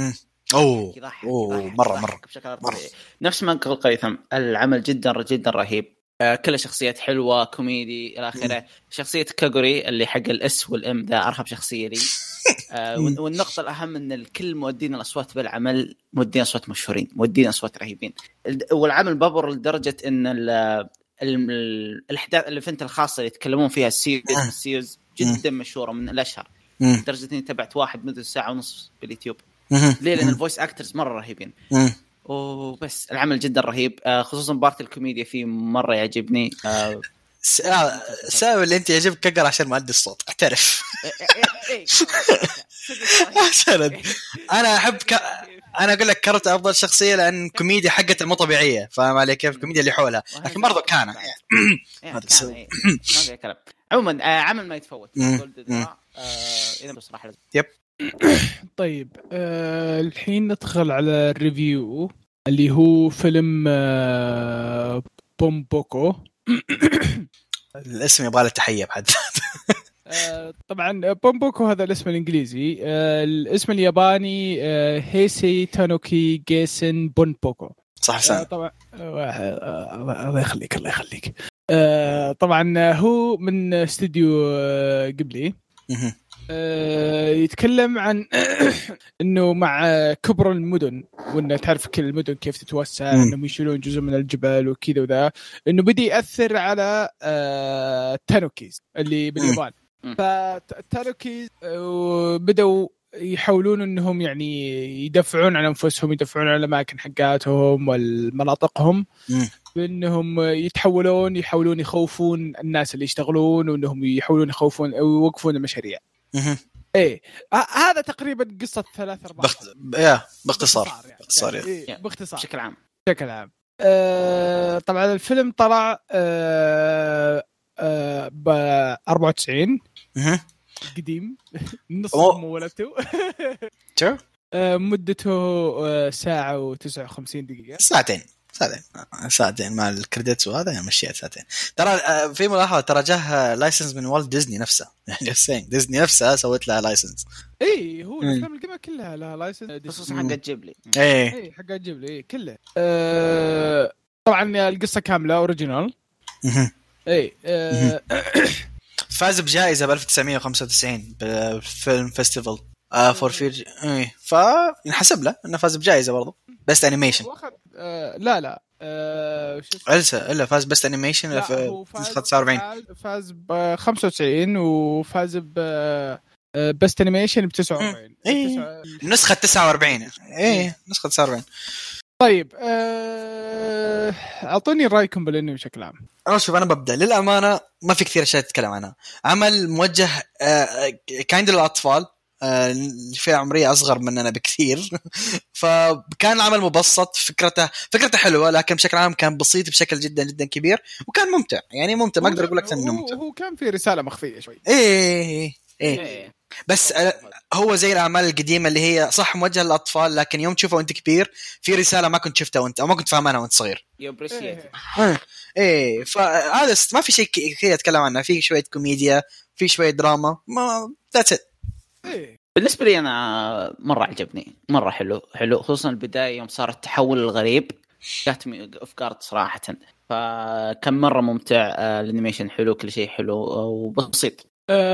Speaker 2: مرة
Speaker 3: نفس ما قال قيثم، العمل جدا رهيب، كل شخصيات حلوة كوميدي إلى آخره. شخصية كاغوري اللي حق الإس والإم ذا أرهب شخصية لي. والنقطة الأهم أن الكل مودين الأصوات بالعمل، مودين أصوات مشهورين، مودين أصوات رهيبين. والعمل ببر لدرجة أن الأحداث اللي فنت الخاصة اللي يتكلمون فيها السيوز جدا مشهورة من الأشهر، لدرجة أني تبعت واحد مدة ساعة ونص باليوتيوب. ليه؟ لأن الفويس أكترز مرة رهيبين. وبس العمل جدا رهيب، خصوصا بارت الكوميديا فيه مرة يعجبني.
Speaker 2: السبب اللي انت يعجبك كقر عشان مؤدي الصوت اعترف. عشان انا احب انا اقول لك كارت افضل شخصيه لان كوميديا حقته مو طبيعيه، فاهم علي كيف؟ الكوميديا اللي حولها، لكن برضو كان
Speaker 3: هذا السبب. ما في كلام. عموما عمل ما يتفوت اذا بصراحه
Speaker 2: يب.
Speaker 1: طيب الحين ندخل على الريفيو اللي هو فيلم بومبوكو.
Speaker 2: الاسم يبغى له تحيه بحد.
Speaker 1: طبعا بومبوكو هذا الاسم الانجليزي، الاسم الياباني هيسي تانوكي جيسن بونبوكو.
Speaker 2: صح
Speaker 1: طبعا الله يخليك الله يخليك. طبعا هو من استوديو قبلي. يتكلم عن انه مع كبر المدن وانه تعرف كل المدن كيف تتوسع، انهم يشيلون جزء من الجبال وكذا وذا، انه بدي ياثر على التانوكيز اللي باليابان. فالتانوكيز بدأوا يحاولون انهم يعني يدفعون عن انفسهم، يدفعون عن الاماكن حقاتهم والمناطقهم، بانهم يحاولون يخوفون الناس اللي يشتغلون، وانهم يحاولون يخوفون او يوقفون المشاريع. ايه هذا تقريبا قصه 3-4
Speaker 2: باختصار
Speaker 1: بشكل عام. طبعا الفيلم طلع ب 94 قديم نص مولته.
Speaker 2: شو
Speaker 1: مدته ساعه و59 دقيقه،
Speaker 2: ساعتين مع الكريديتس وهذا يعني مشيت ساعتين. ترى في ملاحظه، ترى جاه لايسنس من والت ديزني نفسه، يعني ديزني نفسها سوت لها لايسنس.
Speaker 1: اي هو الافلام القديمه كلها لها لايسنس،
Speaker 3: خصوصا حق جيبلي.
Speaker 1: اي حق جيبلي كله. طبعا القصه كامله اوريجينال. اي
Speaker 2: فاز بجائزه ب 1995 بالفيلم فيستيفال فور فير، فينحسب له انه فاز بجائزه برضه بست انيميشن.
Speaker 1: لا
Speaker 2: الا فاز بست انيميشن في 49.
Speaker 1: فاز ب 95 وفاز ب بست انيميشن ب 49.
Speaker 2: نسخه 49. نسخه 49.
Speaker 1: طيب اعطوني رايكم بالانمي بشكل عام.
Speaker 2: شوف انا ببدا للامانه ما في كثير اشياء تتكلم عنها. عمل موجه كايند للاطفال، الفئة عمرية أصغر مننا بكثير. فكان العمل مبسط، فكرته حلوة، لكن بشكل عام كان بسيط بشكل جدا جدا كبير، وكان ممتع. يعني ممتع، ما أقدر أقول أكثر إنه ممتع.
Speaker 1: هو كان في رسالة مخفية شوي.
Speaker 2: إيه. بس هو زي الأعمال القديمة اللي هي صح موجهة للأطفال، لكن يوم تشوفه وأنت كبير في رسالة ما كنت شفتها وأنت، أو ما كنت فاهمها وأنت صغير. فهذا ما في شيء كثير أتكلم عنه. في شوية كوميديا، في شوية دراما، ما that's it.
Speaker 3: بالنسبة لي أنا مرة عجبني، مرة حلو خصوصا البداية يوم صار التحول الغريب، جاتني أفكار صراحة، فكان مرة ممتع. الانيميشن حلو، كل شيء حلو وبسيط.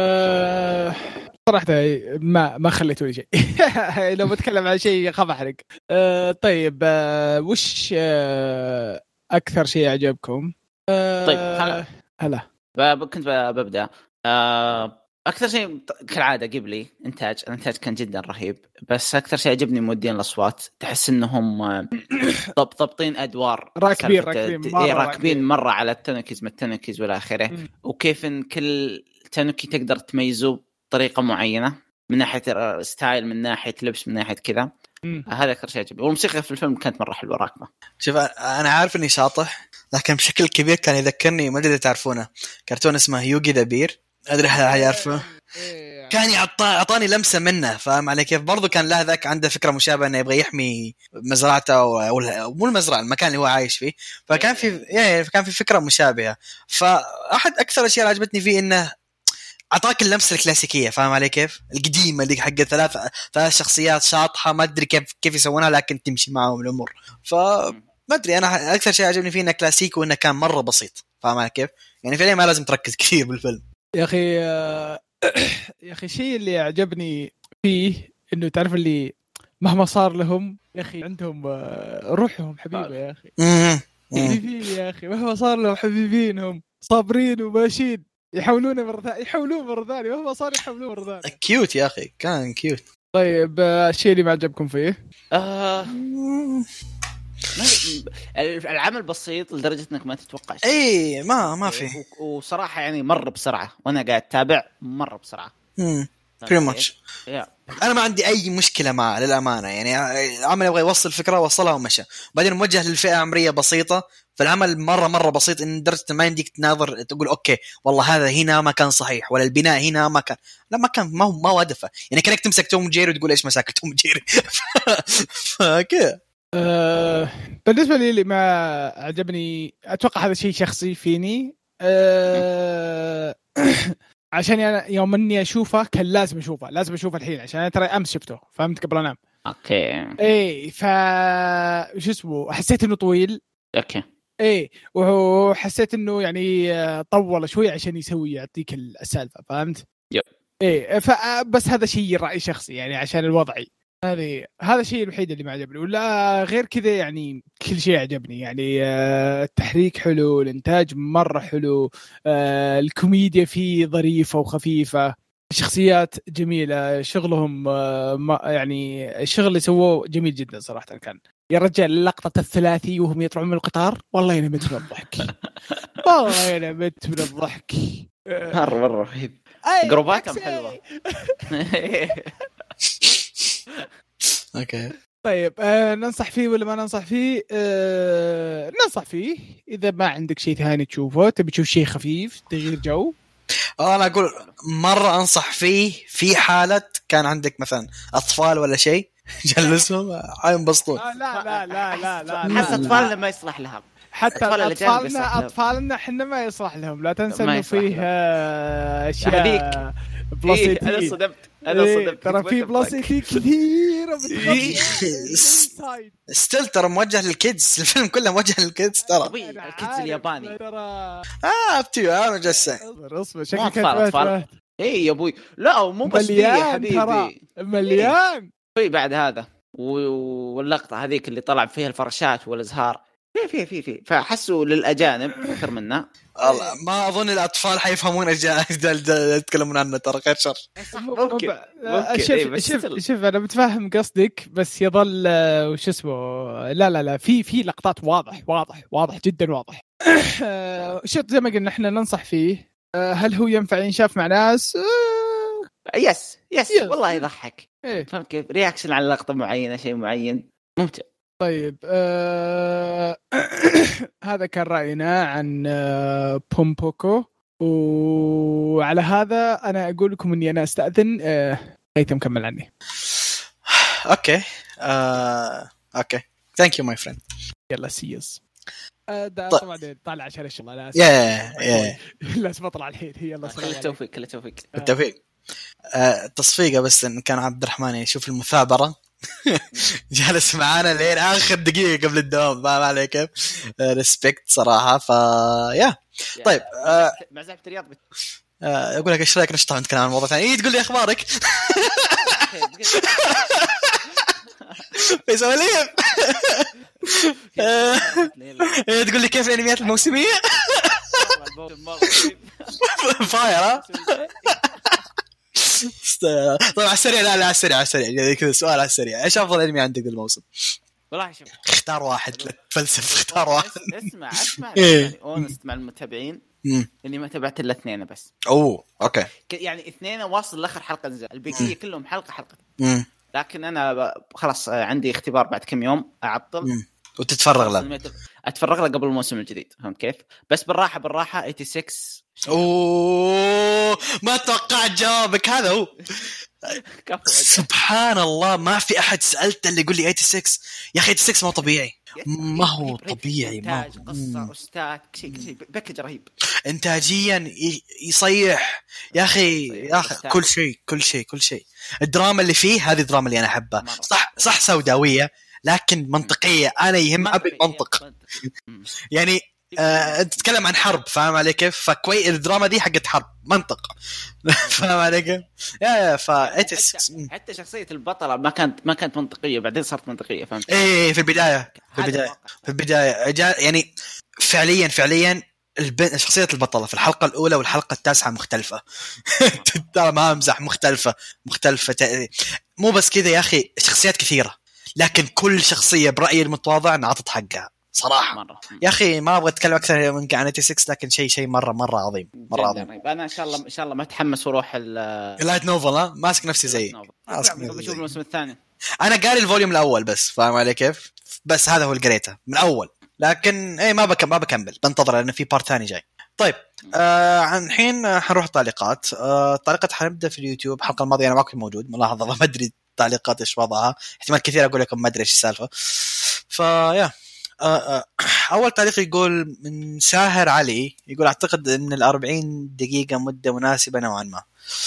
Speaker 1: صراحة ما خليت ولا شيء. لو بتكلم عن شيء خاف أحرق. طيب وش أكثر شيء عجبكم؟
Speaker 3: طيب
Speaker 1: هلا
Speaker 3: كنت ببدأ. أكثر شيء كالعادة قبلي الإنتاج كان جدا رهيب، بس أكثر شيء عجبني مودين الأصوات. تحس إنهم ضبطين أدوار، راكبين مرة على التانوكيز، ما التانوكيز ولا آخره، وكيف إن كل تانوكي تقدر تميزه بطريقة معينة، من ناحية ستايل، من ناحية لبس، من ناحية كذا. هذا أكثر شيء عجبني. والموسيقى في الفيلم كانت مرة حلوة راكبة.
Speaker 2: شوف أنا عارف إني شاطح، لكن بشكل كبير كان يذكرني، ما أدري تعرفونه، كرتون اسمه يوغي ذا بير، أدري هيعرفه. كان أعطاني لمسة منه، فاهم علي كيف؟ برضو كان له ذاك عنده فكرة مشابهة إنه يبغى يحمي مزرعته أو مو المزرعة، المكان اللي هو عايش فيه. فكان كان في فكرة مشابهة. فأحد أكثر الأشياء اللي عجبتني فيه إنه أعطاك اللمسة الكلاسيكية، فاهم علي كيف؟ القديمة اللي حق ثلاث شخصيات شاطحة، ما أدري كيف يسوونها، لكن تمشي معهم الأمور. ما أدري، أنا أكثر شيء عجبني فيه إنه كلاسيكي، وإنه كان مرة بسيط، فاهم علي كيف؟ يعني فعليا ما لازم تركز كثير بالفيلم.
Speaker 1: يا أخي الشيء اللي عجبني فيه إنه تعرف اللي مهما صار لهم يا أخي عندهم روحهم حبيبة يا أخي. حبيبين يا أخي، مهما صار لهم حبيبينهم، صابرين وماشيين، يحاولون مرة ثانية مهما صار، يحاولون مرة ثانية.
Speaker 2: كيوت يا أخي، كان كيوت.
Speaker 1: طيب الشيء اللي ما عجبكم فيه؟
Speaker 3: العمل بسيط لدرجه انك ما تتوقع شيء.
Speaker 2: اي ما في.
Speaker 3: وصراحه يعني مر بسرعه وانا قاعد اتابع، مر بسرعه.
Speaker 2: pretty much. انا ما عندي اي مشكله معه للامانه، يعني العمل يبغى يوصل فكره وصلها ومشى. بعدين موجه للفئه عمريه بسيطه، فالعمل مره بسيط ان درجه ما يمديك تناظر تقول اوكي والله هذا هنا ما كان صحيح، ولا البناء هنا ما كان، لا ما كان، ما هو هدفه. يعني كانك تمسك توم جيري وتقول ايش مشاكل توم جيري. اوكي.
Speaker 1: بالنسبه لي اللي ما عجبني، اتوقع هذا شيء شخصي فيني. عشان أنا يوم اني اشوفه كان لازم اشوفه الحين، عشان انا ترى امس شفته، فهمت، قبل انام.
Speaker 3: اوكي.
Speaker 1: ايه وش اسمه، حسيت انه طويل.
Speaker 3: اوكي.
Speaker 1: ايه وحسيت انه يعني طول شوي عشان يعطيك السالفه، فهمت.
Speaker 3: يب.
Speaker 1: ايه فبس هذا شيء رأي شخصي يعني، عشان الوضعي هذا الشيء الوحيد اللي ما عجبني. ولا غير كذا يعني كل شيء عجبني. يعني التحريك حلو، الانتاج مرة حلو، الكوميديا فيه ظريفة وخفيفة، الشخصيات جميلة، شغلهم يعني الشغل اللي سووه جميل جدا صراحة. كان يا رجال لقطة الثلاثي وهم يطلعون من القطار، والله أنا مت من الضحك. والله أنا مت من الضحك.
Speaker 3: مرة رهيب. جروباتهم حلوة.
Speaker 2: اوكي.
Speaker 1: طيب ننصح فيه ولا ما ننصح فيه؟ ننصح فيه اذا ما عندك شيء ثاني تشوفه، تبي تشوف شيء خفيف تغيير جو.
Speaker 2: انا اقول مره انصح فيه في حاله كان عندك مثلا اطفال ولا شيء جلسهم ينبسطون.
Speaker 1: لا
Speaker 3: حتى اطفالنا ما يصلح لهم،
Speaker 1: حتى اطفالنا احنا ما يصلح لهم. لا تنسى انه فيه اشياء بلاسيتي.
Speaker 3: انا صدمت
Speaker 1: ترى في بلاسيتي كثير.
Speaker 2: ستيل ترى موجه للكيدز، الفيلم كله موجه للكيدز ترى.
Speaker 3: الكيدز الياباني
Speaker 2: ابتي انا جالس
Speaker 1: اصبر شكلك اطفال.
Speaker 3: ايه يا ابوي، لا مو بس يا حبيبي،
Speaker 1: مليان.
Speaker 3: في بعد هذا واللقطه هذيك اللي طلع فيها الفرشات والازهار، في فحسوا للاجانب اكثر منا.
Speaker 2: والله ما اظن الاطفال حيفهمون يتكلمون عنه، ترى غير شر.
Speaker 3: ممكن.
Speaker 1: شوف انا متفهم قصدك، بس يظل وش اسمه، لا في لقطات واضح جدا واضح. شوف زي ما قلنا احنا ننصح فيه. هل هو ينفع ينشاف مع ناس؟
Speaker 3: يس والله يضحك. فهمت كيف؟ رياكشن على لقطه معينه، شيء معين ممتع.
Speaker 1: طيب هذا كان رأينا عن بومبوكو. وعلى هذا أنا أقول لكم أني أنا أستأذن. هيثم كمل عني.
Speaker 2: أوكي thank you my friend.
Speaker 1: يلا سيس. طبعا طالع عشان الشغل. لا لازم أطلع الحين. يلا
Speaker 3: كل
Speaker 2: التوفيق. تصفيقه بس إن كان عبد الرحمن يشوف المثابرة جالس معانا لين آخر دقيقة قبل الدوام، ما عليه كيف. ريسبكت صراحة. يا طيب
Speaker 3: مع زحمة الرياض
Speaker 2: أقول لك إيش رأيك نشطح نتكلم عن موضوع ثاني؟ تقول لي أخبارك. فيصل ليه تقول لي كيف الأنميات الموسمية؟ فاير. طيب على السريع. لا على السريع كذا سؤال على السريع. ايش افضل انمي عندك الموسم؟
Speaker 3: والله شوف،
Speaker 2: اختار واحد، لا تفلسف، اختار واحد.
Speaker 3: اسمع يعني اونست مع المتابعين اني ما تابعت الا 2 بس.
Speaker 2: اوكي
Speaker 3: يعني 2 واصل لاخر حلقه نزل، البقيه كلهم حلقه. لكن انا خلاص عندي اختبار بعد كم يوم اعطل
Speaker 2: وتتفرغ له.
Speaker 3: اتفرغ له قبل الموسم الجديد، فهمت كيف؟ بس بالراحه 86.
Speaker 2: ما توقعت جوابك هذا. هو سبحان الله، ما في احد سالته اللي يقول لي 86. يا اخي 86 ما طبيعي، ما هو طبيعي. ما
Speaker 3: قصه استاذ شيء باكج رهيب
Speaker 2: انتاجيا يصيح يا اخي كل شيء. الدراما اللي فيه هذه الدراما اللي انا احبها. صح سوداويه لكن منطقيه. انا يهم ابي المنطق. يعني تتكلم عن حرب، فاهم علي كيف؟ فكوي الدراما دي حقت حرب منطق. فاهم علي كيف؟ يا
Speaker 3: حتى شخصيه البطله ما كانت منطقيه، بعدين صارت منطقيه، فهمت؟
Speaker 2: ايه في البدايه يعني فعليا شخصيه البطله في الحلقه الاولى والحلقه 9 مختلفه. ترى ما امزح، مختلفه. مو بس كذا يا اخي، شخصيات كثيره. لكن كل شخصيه برايي المتواضع انعطت حقها صراحه
Speaker 3: مرة.
Speaker 2: يا اخي ما ابغى اتكلم اكثر من عن 86 لكن شيء مره عظيم مره عظيم.
Speaker 3: انا ان شاء الله ما اتحمس واروح
Speaker 2: اللايت نوفل ها ماسك نفسي زي
Speaker 3: بشوف الموسم الثاني.
Speaker 2: انا قاري الفوليوم الاول بس فاهم علي كيف بس هذا هو القريته من اول لكن اي ما بكمل بنتظر لانه في بارت ثاني جاي. طيب الحين حنروح التعليقات. التعليقات حنبدا في اليوتيوب. الحلقه الماضيه انا ما كنت موجود ملاحظه ما ادري التعليقات ايش وضعها احتمال كثير اقول لكم ما ادري ايش السالفه. فيا اول تعليق يقول من ساهر علي يقول اعتقد ان 40 دقيقه مده مناسبه نوعا ما.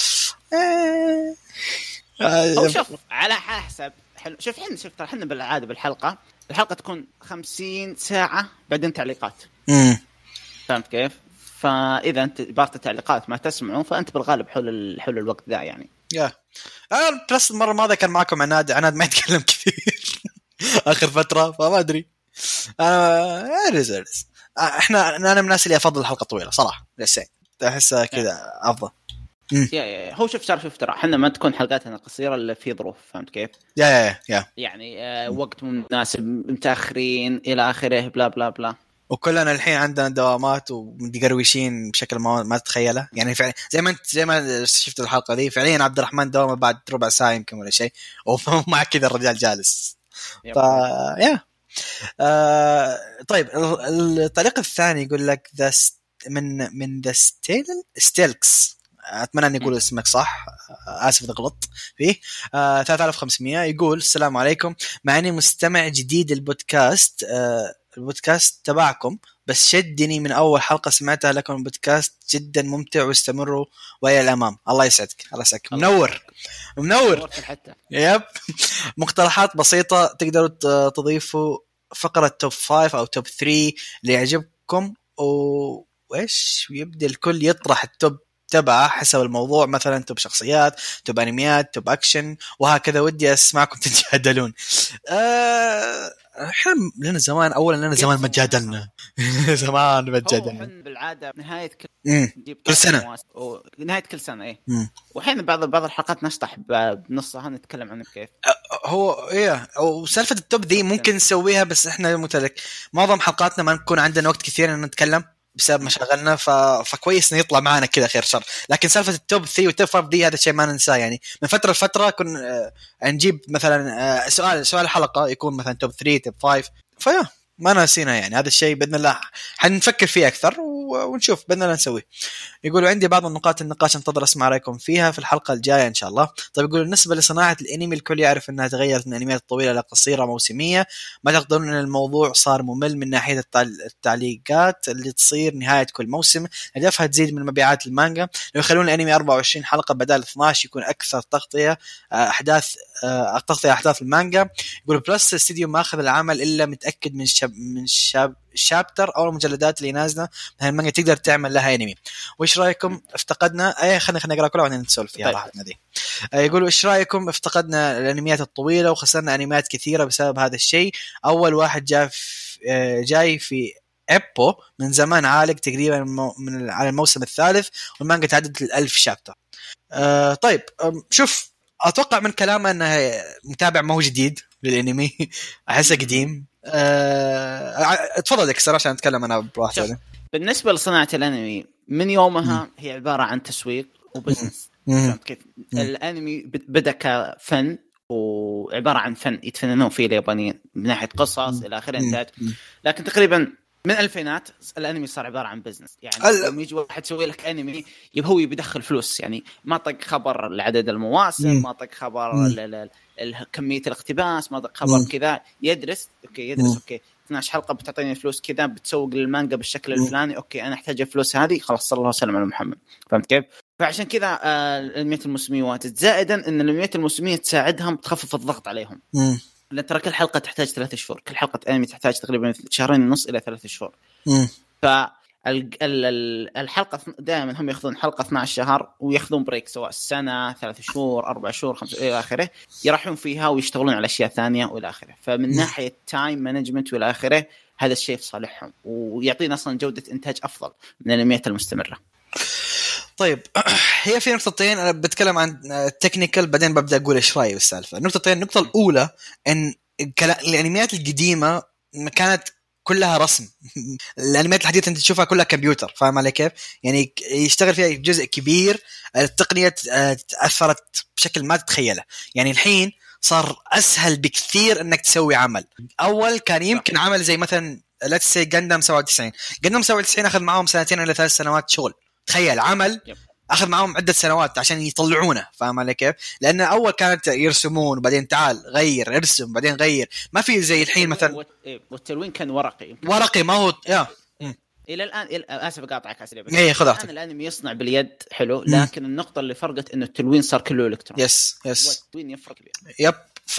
Speaker 3: أو شوف على حسب حلو. شوف احنا بالعاده بالحلقه تكون 50 ساعه بعدين تعليقات. فهمت كيف؟ فاذا انت بارت التعليقات ما تسمعوا فانت بالغالب حول الوقت ذا يعني.
Speaker 2: يا بس المره الماضيه كان معكم عناد ما يتكلم كثير اخر فتره فما ادري. احنا انا من الناس اللي افضل الحلقه طويله صراحه لسه احسها كذا افضل.
Speaker 3: هو شوف ترى احنا ما تكون حلقاتنا قصيره الا في ظروف. فهمت كيف؟
Speaker 2: يا
Speaker 3: يعني وقت مناسب متاخرين الى اخره بلا بلا بلا.
Speaker 2: وكلنا الحين عندنا دوامات ومتقروشين بشكل ما تتخيله يعني فعلا زي ما شفت الحلقه دي فعليا عبد الرحمن دوامه بعد ربع ساعه يمكن ولا شيء ومع كذا الرجال جالس. طيب الطريقه الثاني يقول لك من ذا ستيلكس اتمنى ان يقول اسمك صح اسف اذا غلطت فيه. 3500 يقول السلام عليكم مع اني مستمع جديد البودكاست تبعكم بس شدني من اول حلقه سمعتها لكم. البودكاست جدا ممتع واستمروا والى الامام. الله يسعدك منور
Speaker 3: حتى.
Speaker 2: يب مقترحات بسيطه تقدروا تضيفوا فقره توب 5 او توب 3 اللي يعجبكم وايش يبدا الكل يطرح التوب تبعه حسب الموضوع مثلا توب شخصيات توب انميات توب اكشن وهكذا. ودي اسمعكم تتجادلون. احنا لنا زمان ما تجادلنا زمان ما تجادلنا
Speaker 3: بالعاده نهايه
Speaker 2: كل سنه
Speaker 3: نهايه كل سنه ايه. وحين بعض الحلقات نشطح بنصها نتكلم عنه كيف
Speaker 2: هو ايه وسالفه التوب ذي ممكن نسويها بس احنا متلك معظم حلقاتنا ما نكون عندنا وقت كثير ان نتكلم بسبب مشاغلنا فكويس انه يطلع معنا كذا خير شر. لكن سالفه التوب 3 والتوب 5 دي هذا الشيء ما ننساه يعني من فتره لفتره كنا نجيب مثلا سؤال الحلقه يكون مثلا توب 3 توب 5 فيا ما ناسينا يعني هذا الشيء باذن الله حنفكر فيه اكثر ونشوف باذن الله نسويه. يقولوا عندي بعض النقاط النقاش انتظر اسمع رايكم فيها في الحلقه الجايه ان شاء الله. طيب يقولوا بالنسبه لصناعه الانمي الكل يعرف انها تغيرت من انميات طويله الى قصيره موسميه. ما تقدرون ان الموضوع صار ممل من ناحيه التعليقات اللي تصير نهايه كل موسم. هدفها تزيد من مبيعات المانجا. لو يخلون الانمي 24 حلقه بدل 12 يكون اكثر تغطيه احداث المانجا. يقول بلس الاستديو ما اخذ العمل الا متاكد من شابتر او المجلدات اللي نازله من المانجا تقدر تعمل لها انمي. وايش رايكم افتقدنا خلينا نقرا كلها وبعدين نسولف فيها راحتنا دي. يقولوا ايش رايكم افتقدنا الانميات الطويله وخسرنا انميات كثيره بسبب هذا الشيء. اول واحد جاي في ابو من زمان عالق تقريبا على الموسم الثالث والمانجا تعدت 1000 شابتر. طيب شوف اتوقع من كلامه انه متابع ما هو جديد للانمي احسه قديم. اتفضل دكتور عشان اتكلم انا براحتي.
Speaker 3: بالنسبه لصناعه الانمي من يومها هي عباره عن تسويق وبزنس. كيف الانمي بدا كفن وعباره عن فن يتفننون فيه اليابانيين من ناحيه قصص الى اخره انتاج. لكن تقريبا من الألفينات الانمي صار عباره عن بزنس يعني لما يجي واحد يسوي لك انمي هو يدخل فلوس يعني ما طق خبر لعدد المواسم ما طق خبر كميه الاقتباس ما طق خبر كذا يدرس اوكي 12 حلقه بتعطيني فلوس كذا بتسوق للمانجا بالشكل الفلاني اوكي انا احتاج الفلوس هذه خلاص صلى الله وسلم على محمد. فهمت كيف؟ فعشان كذا الانميات الموسميه واجد زائدا ان الانميات الموسميه تساعدهم تخفف الضغط عليهم. لأن ترى كل حلقة تحتاج 3 شهور. كل حلقة أنمي تحتاج تقريبا 2.5 شهر إلى 3 شهور. فالحلقة دائما هم يأخذون حلقة 12 شهر ويأخذون بريك سواء سنة 3 شهور 4 شهور 5 إلى آخره يروحون فيها ويشتغلون على أشياء ثانية وإلى آخره. فمن ناحية تايم مانجمنت وإلى آخره هذا الشيء في صالحهم ويعطينا أصلا جودة إنتاج أفضل من الأنميات المستمرة.
Speaker 2: طيب هي في نقطتين أنا بتكلم عن التكنيكال بعدين ببدأ أقول إيش رأيي بالسالفة. النقطة الأولى إن الانميات القديمه كانت كلها رسم. الانميات الحديثه انت تشوفها كلها كمبيوتر، فاهم علي كيف؟ يعني يشتغل فيها جزء كبير التقنيه تاثرت بشكل ما تتخيله. يعني الحين صار اسهل بكثير انك تسوي عمل. اول كان يمكن عمل زي مثلا let's say Gundam 97 اخذ معهم 2 إلى 3 سنوات شغل. تخيل عمل اخذ معهم عده سنوات عشان يطلعونه، فاهم علي كيف؟ لان اول كانت يرسمون وبعدين تعال غير ارسم بعدين غير، ما في زي الحين مثلا.
Speaker 3: والتلوين كان ورقي
Speaker 2: ما هو
Speaker 3: الى الان اسف اقاطعك على سريع.
Speaker 2: الان
Speaker 3: الانمي يصنع باليد حلو، لكن النقطه اللي فرقت انه التلوين صار كله الكتروني.
Speaker 2: يس
Speaker 3: التلوين يفرق كبير.
Speaker 2: يب.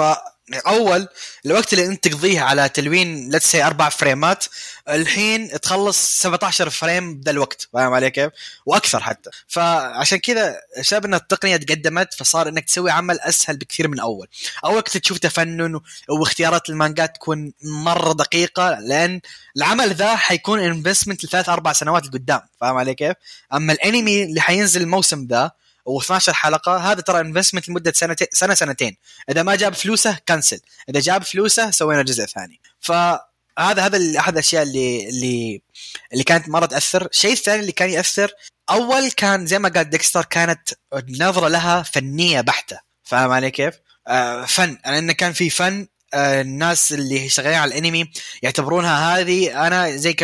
Speaker 2: فأول الوقت اللي أنت تقضيه على تلوين let's say 4 فريمات، الحين تخلص 17 فريم بدا الوقت، فاهم علي كيف؟ وأكثر حتى. فعشان كذا شاب أن التقنية تقدمت، فصار أنك تسوي عمل أسهل بكثير من أول كنت تشوف تفنن واختيارات المانجات تكون مرة دقيقة، لأن العمل ذا حيكون investment ل3-4 سنوات لقدام، فاهم علي كيف؟ أما الأنمي اللي حينزل الموسم ذا و12 حلقة هذا ترى انفستمنت لمدة سنتين. إذا ما جاب فلوسه كنسل، إذا جاب فلوسه سوينا جزء ثاني. فهذا أحد الأشياء اللي كانت مرة تأثر. شيء الثاني اللي كان يأثر، أول كان زي ما قال ديكستر كانت نظرة لها فنية بحتة، فاهم علي كيف؟ فن، لأن كان في فن. الناس اللي شغالين على الانمي يعتبرونها هذه انا زي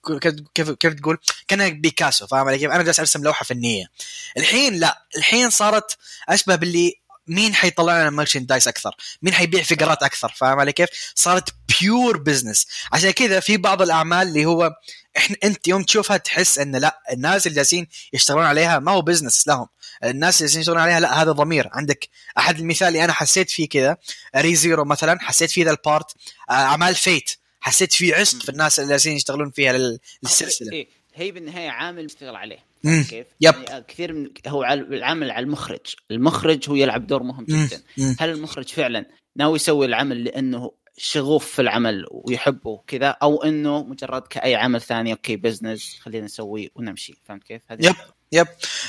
Speaker 2: كيف تقول كان بيكاسو، فاهم علي كيف؟ انا جالس ارسم لوحه فنيه. الحين لا، الحين صارت اشبه باللي مين حيطلع لنا مارشندايز اكثر، مين حيبيع فيجرات اكثر، فاهم علي كيف؟ صارت بيور بزنس. عشان كذا في بعض الاعمال اللي هو انت يوم تشوفها تحس ان لا، الناس اللي جالسين يشتغلون عليها ما هو بزنس لهم، الناس اللي يشتغلون عليها لا هذا ضمير. عندك احد المثال اللي انا حسيت فيه كذا ريزيرو مثلا، حسيت فيه ذا البارت. اعمال فيت حسيت فيه عشق في الناس اللي جالسين يشتغلون فيها للسلسله.
Speaker 3: هي بالنهايه عامل يشتغل عليه كيف؟
Speaker 2: يب.
Speaker 3: يعني كثير من هو العمل على المخرج هو يلعب دور مهم جدا. هل المخرج فعلا ناوي يسوي العمل لانه شغوف في العمل ويحبه كذا، او انه مجرد كأي عمل ثاني اوكي بزنس خلينا نسوي ونمشي، فهمت كيف؟
Speaker 2: يب.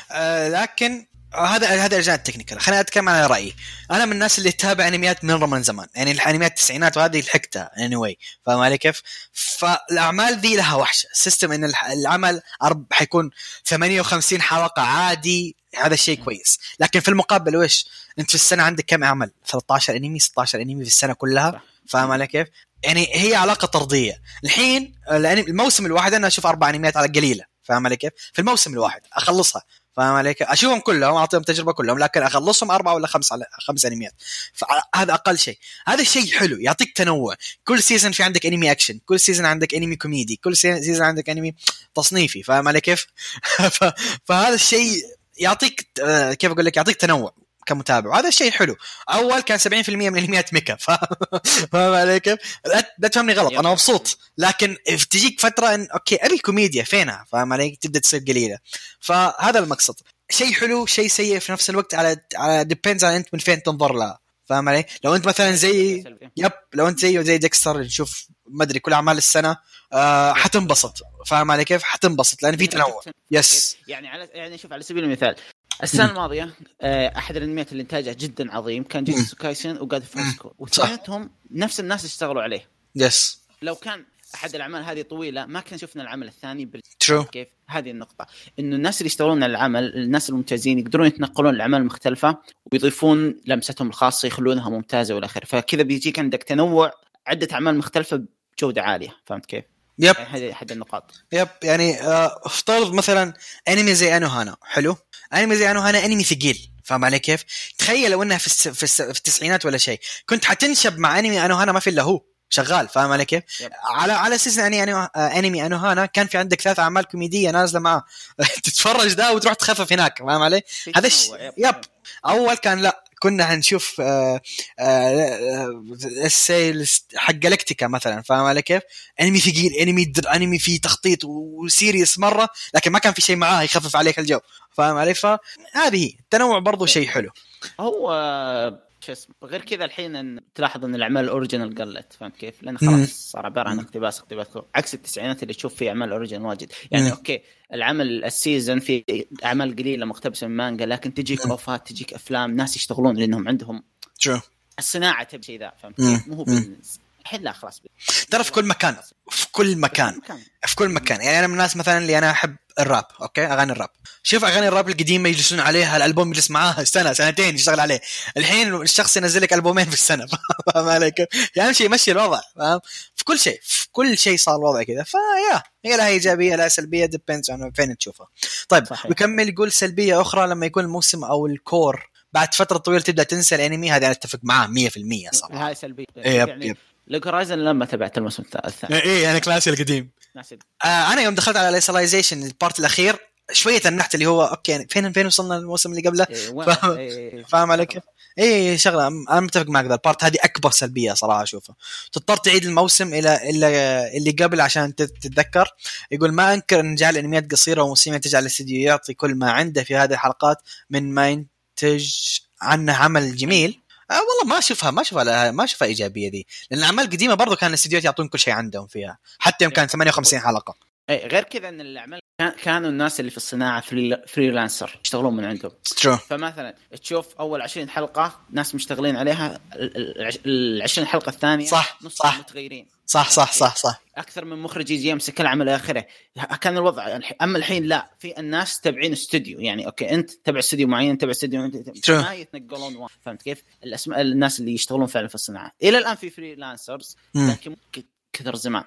Speaker 2: لكن هذا الجانب التكنيكال. خليني اتكلم عن رايي. انا من الناس اللي تتابع انميات من زمان، يعني الانميات التسعينات وهذه لحقتها anyway، فاهم علي كيف؟ فالاعمال ذي لها وحشه سيستم ان العمل حيكون 58 حلقه عادي، هذا الشيء كويس. لكن في المقابل ويش انت في السنه عندك كم عمل؟ 13 انمي 16 انمي في السنه كلها، فاهم علي كيف؟ يعني هي علاقه طرديه. الحين الموسم الواحد انا اشوف 4 انميات على قليله، فاهم علي كيف؟ في الموسم الواحد اخلصها، فاهم عليك؟ اشوفهم كلهم اعطيهم تجربه كلهم، لكن اخلصهم 4 ولا 5 انميات. فهذا اقل شيء. هذا الشيء حلو، يعطيك تنوع. كل سيزن في عندك انمي اكشن، كل سيزن عندك انمي كوميدي، كل سيزن عندك انمي تصنيفي، فاهم علي كيف؟ فهذا الشيء يعطيك كيف اقول لك، يعطيك تنوع كمتابع، وهذا الشيء حلو. اول كان 70% من الانميات ميكا، فاهم علي كيف؟ لا تفهمني غلط، انا مبسوط، لكن تجيك فتره ان اوكي ابي كوميديا فينها، فاهم علي؟ تبدا تصير قليله. فهذا المقصد. شيء حلو شيء سيء في نفس الوقت، على ديبيندز على انت من فين تنظر لها، فاهم علي؟ لو انت مثلا زي لو انت زي ديكستر نشوف ما ادري كل اعمال السنه حتنبسط، فاهم علي كيف؟ حتنبسط لان في تنوع. يس
Speaker 3: يعني شوف على سبيل المثال السنة الماضية أحد الأنميات اللي إنتاجه جدا عظيم كان جيتسو كايسن وجاد فرانسكو، واثنينهم نفس الناس اشتغلوا عليه.
Speaker 2: يس.
Speaker 3: لو كان أحد الأعمال هذه طويلة ما كان شفنا العمل الثاني
Speaker 2: كيف
Speaker 3: هذه النقطة، إنه الناس اللي يشتغلون على العمل، الناس الممتازين يقدرون يتنقلون الأعمال المختلفة ويضيفون لمستهم الخاصة يخلونها ممتازة والآخر. فكذا بيجيك عندك تنوع، عدة أعمال مختلفة بجودة عالية، فهمت كيف؟
Speaker 2: يب.
Speaker 3: هذه أحد النقاط.
Speaker 2: يب. يعني افترض مثلا انمي زي انوهانا حلو، انمي زي انوهانا انمي ثقيل، فاهم علي كيف؟ تخيل لو انها في التسعينات ولا شيء، كنت حتنشب مع انمي انوهانا ما في الا هو شغال، فاهم علي كيف؟ على اساس انمي انوهانا كان في عندك 3 اعمال كوميديه نازله معاه تتفرج ده وتروح تخفف هناك، فاهم علي؟ هذا يب. اول كان لا، كنا هنشوف السيل حق جالكتيكا مثلا، فاهم علي كيف؟ انمي ثقيل، انمي فيه تخطيط وسيريس مره، لكن ما كان في شيء معاه يخفف عليك الجو، فاهم علي؟ فهذه التنوع برضو شيء حلو.
Speaker 3: هو غير كذا الحين تلاحظ ان الاعمال الاوريجينال قلت، فهمت كيف؟ لان خلاص صار عباره عن اقتباس عكس التسعينات اللي تشوف فيه اعمال اوريجينال واجد. يعني اوكي العمل السيزن في اعمال قليله مقتبسه من مانجا، لكن تجيك اوفات، تجيك افلام، ناس يشتغلون لانهم عندهم الصناعه تبي شيء ذا فهمت كيف؟ مو هو الحين لا خلاص
Speaker 2: ترى في كل مكان في كل مكان يعني انا من الناس مثلا اللي انا احب الراب اوكي اغاني الراب شوف اغاني الراب القديمه يجلسون عليها الالبوم يجلس معاها سنه سنتين يشتغل عليه الحين الشخص ينزل لك البومين في السنه فاهم عليك يعني شيء يمشي الوضع فاهم في كل شيء صار الوضع كذا فيا هي لها ايجابيه لا سلبيه ديبيندز عن فين تشوفها طيب ويكمل يقول سلبيه اخرى لما يكون الموسم او الكور بعد فتره طويله تبدا تنسى الانمي هذا انا اتفق معاه 100% صراحه
Speaker 3: هاي سلبيه يعني لوك هورايزن لما تبعت الموسم الثاني
Speaker 2: ايه انا كلاسي القديم انا يوم دخلت على الايسولايزيشن البارت الاخير شويه النحت اللي هو اوكي فين وصلنا الموسم اللي قبله فاهم عليك ايه شغله انا متفق معك ذا البارت هذه اكبر سلبيه صراحه اشوفها تضطر تعيد الموسم الى اللي قبل عشان تتذكر يقول ما انكر ان جعل الانميات قصيره وموسميه تجعل الاستديو يعطي كل ما عنده في هذه الحلقات من ما ينتج عنه عمل جميل والله ما اشوفها ايجابيه دي لان الاعمال القديمه برضو كان الاستديوهات يعطون كل شيء عندهم فيها حتى يوم كان 58 حلقه
Speaker 3: غير كذا ان الاعمال كانوا الناس اللي في الصناعه فريلانسر يشتغلون من عندهم فمثلا تشوف اول 20 حلقه ناس مشتغلين عليها ال 20 حلقه الثانيه نص متغيرين
Speaker 2: صح
Speaker 3: اكثر من مخرج يجي يمسك العمل اخره كان الوضع اما الحين لا في الناس تبعين استوديو يعني اوكي انت تبع استوديو معين تبع استوديو ما يتنقلون فهمت كيف الاسماء الناس اللي يشتغلون فعلا في الصناعه الى الان في فريلانسرز لكن كثر زمان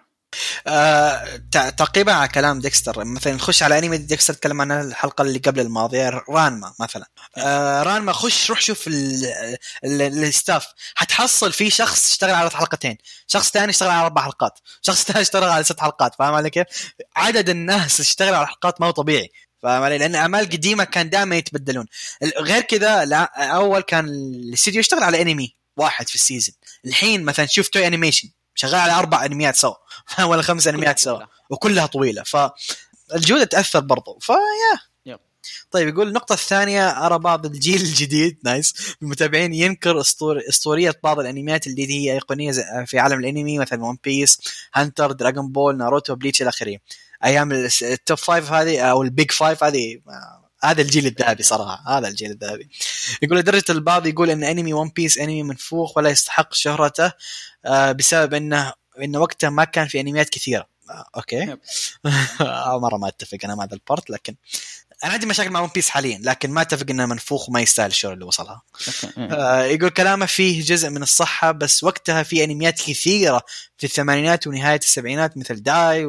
Speaker 2: تعقيبا على كلام ديكستر مثلا نخش على انمي ديكستر تكلم عن الحلقه اللي قبل الماضيه رانما مثلا رانما روح شوف الستاف حتحصل في شخص اشتغل على حلقتين شخص ثاني اشتغل على 4 حلقات شخص ثاني اشتغل على 6 حلقات فاهم علي كيف عدد الناس اشتغل على حلقات ما هو طبيعي فاهم علي لان اعمال قديمه كان دائما يتبدلون غير كذا لا اول كان الاستديو يشتغل على انمي واحد في السيزون الحين مثلا شوف توي انيميشن شغال على 4 انميات سوا ولا 5 انميات سوا وكلها طويله فالجوده تاثر برضو طيب يقول النقطه الثانيه ارى بعض الجيل الجديد نايس المتابعين ينكر اسطوريه بعض الانميات اللي هي ايقونيه في عالم الانمي مثل ون بيس هانتر دراغون بول ناروتو بليتش الى اخره ايام التوب 5 هذه او البيج 5 هذه هذا الجيل الذهبي صراحه هذا الجيل الذهبي يقول لدرجه البعض يقول ان انمي ون بيس انمي منفوخ ولا يستحق شهرته بسبب انه وقتها ما كان في انميات كثيره اوكي مره ما اتفق انا مع هذا البارت لكن انا عندي مشاكل مع ون بيس حاليا لكن ما اتفق انه منفوخ وما يستاهل الشهره اللي وصلها يقول كلامه فيه جزء من الصحه بس وقتها في انميات كثيره في الثمانينات ونهايه السبعينات مثل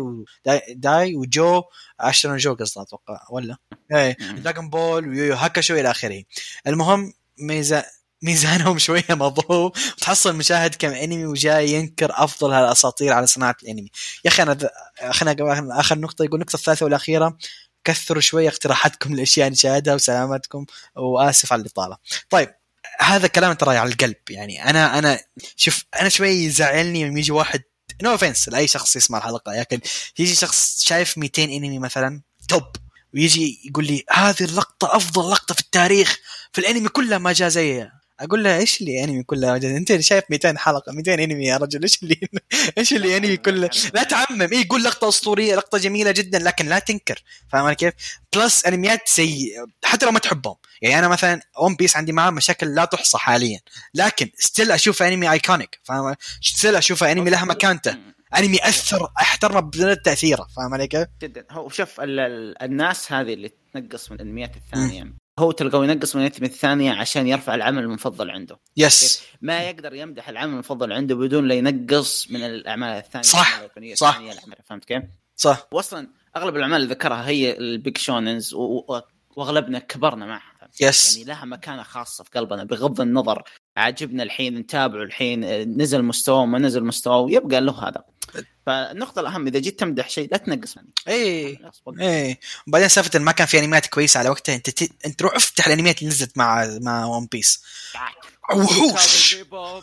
Speaker 2: داي وجو عشرة جو قصدي اتوقع ولا دراغون بول ويو هاكاشو الى اخره المهم ميزانهم شويه مضروب وتحصل مشاهد كم انمي وجاي ينكر افضل هالاساطير على صناعه الانمي يا اخي انا اخر نقطه يقول النقطه الثالثه والاخيره كثروا شويه اقتراحاتكم للاشياء نشاهدها وسلامتكم واسف على الاطاله طيب هذا كلام ترى على القلب يعني انا شوف انا شوي يزعلني لما يجي واحد نو اوفنس لاي شخص يسمع الحلقه لكن يجي شخص شايف 200 انمي مثلا توب ويجي يقول لي هذه اللقطه افضل لقطه في التاريخ في الانمي كلها ما جاء زيها اقول له ايش اللي انمي كلها انت شايف 200 حلقه 200 انمي يا رجل ايش اللي انمي كله لا تعمم يقول لقطه اسطوريه لقطه جميله جدا لكن لا تنكر فاهم كيف بلس انميات حتى لو ما تحبهم يعني انا مثلا ون بيس عندي معاه مشاكل لا تحصى حاليا لكن ستيل اشوف انمي ايكونيك فاهم ستيل اشوف انمي له مكانته انمي احترم بذات تاثيره فاهم علي كيف
Speaker 3: جدا هو شوف الناس هذه اللي تنقص من الانميات الثانيه هو تلقوا ينقص من الانمي الثانيه عشان يرفع العمل المفضل عنده
Speaker 2: يس
Speaker 3: ما يقدر يمدح العمل المفضل عنده بدون لا ينقص من الاعمال الثانيه
Speaker 2: صح
Speaker 3: فهمت كيف
Speaker 2: صح
Speaker 3: واصلا اغلب الاعمال اللي ذكرها هي البيج شوننز واغلبنا كبرنا معها
Speaker 2: يس
Speaker 3: يعني لها مكانه خاصه في قلبنا بغض النظر عجبنا الحين نتابعه الحين نزل مستوى ما نزل مستوى يبقى له هذا فالنقطة الأهم إذا جيت تمدح شيء لا تنقص مني.
Speaker 2: إيه. وبعدين سافة ما كان في أنميات كويسة على وقتها أنت روح افتح الأنميات اللي نزلت مع ون بيس. وحوش.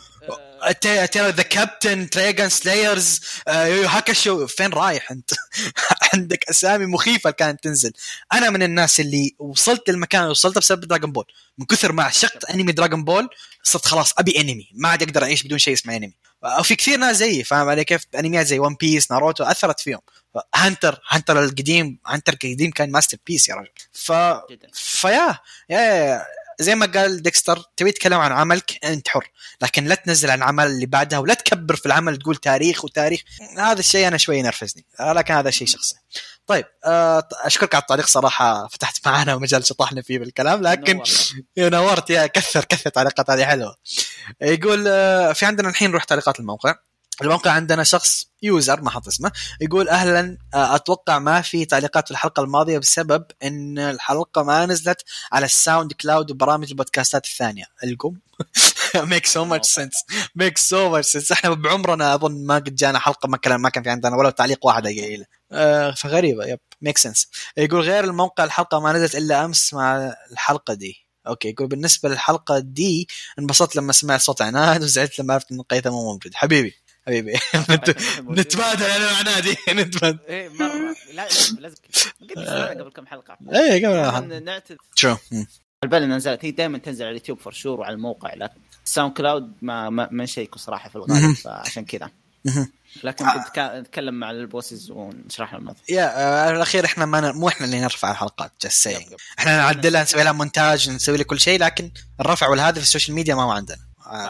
Speaker 2: ترى ذا كابتن تريجان سلايرز هاكاشو فين رايح أنت؟ عندك أسامي مخيفة كانت تنزل. أنا من الناس اللي وصلت للمكان اللي وصلت بسبب دراغون بول. من كثر ما عشقت أنمي دراغون بول صرت خلاص أبي أنمي ما عاد أقدر أعيش بدون شيء اسمه أنمي. وفي كثير ناس زيي فاهم علي كيف أنميات زي ون بيس ناروتو أثرت فيهم. هانتر القديم كان ماستر بيس يا رجل. فيا زي ما قال ديكستر تبي تتكلم عن عملك انت حر، لكن لا تنزل عن العمل اللي بعدها ولا تكبر في العمل تقول تاريخ وتاريخ. هذا الشيء انا شوي ينرفزني، لكن هذا شيء شخصي. طيب اشكرك على التعليق صراحه، فتحت معنا ومجال شطحنا فيه بالكلام، لكن نورت يا كثر تعليقات هذه حلوه. يقول في عندنا الحين نروح تعليقات الموقع عندنا شخص يوزر ما حط اسمه يقول أهلا، أتوقع ما في تعليقات في الحلقة الماضية بسبب إن الحلقة ما نزلت على الساوند كلاود وبرامج البودكاستات الثانية. القم makes so much sense. احنا بعمرنا أظن ما قد جانا حلقة ما كان في عندنا ولا تعليق واحد قليل، فغريبة. يب make sense. يقول غير الموقع الحلقة ما نزلت إلا أمس مع الحلقة دي. اوكي، يقول بالنسبة للحلقة دي انبسطت لما سمعت صوت عناد وزعلت لما عرفت إن قيثم مو موجود. حبيبي نتبادل انا مع نادي نتبادل.
Speaker 3: ايه مره لازم قبل كم حلقه.
Speaker 2: ايه قبل
Speaker 3: نعتذر
Speaker 2: شو
Speaker 3: البال نزلت، هي دائما تنزل على اليوتيوب فور شور وعلى الموقع، لكن الساوند كلاود ما شيء صراحه في الغالب، فعشان كذا. لكن نتكلم مع البوسز ونشرح لهم
Speaker 2: يا الاخير احنا مو احنا اللي نرفع الحلقات جسي، احنا نعدلها نسوي لها مونتاج نسوي لها كل شيء، لكن الرفع والهذا في السوشيال ميديا ما عندنا.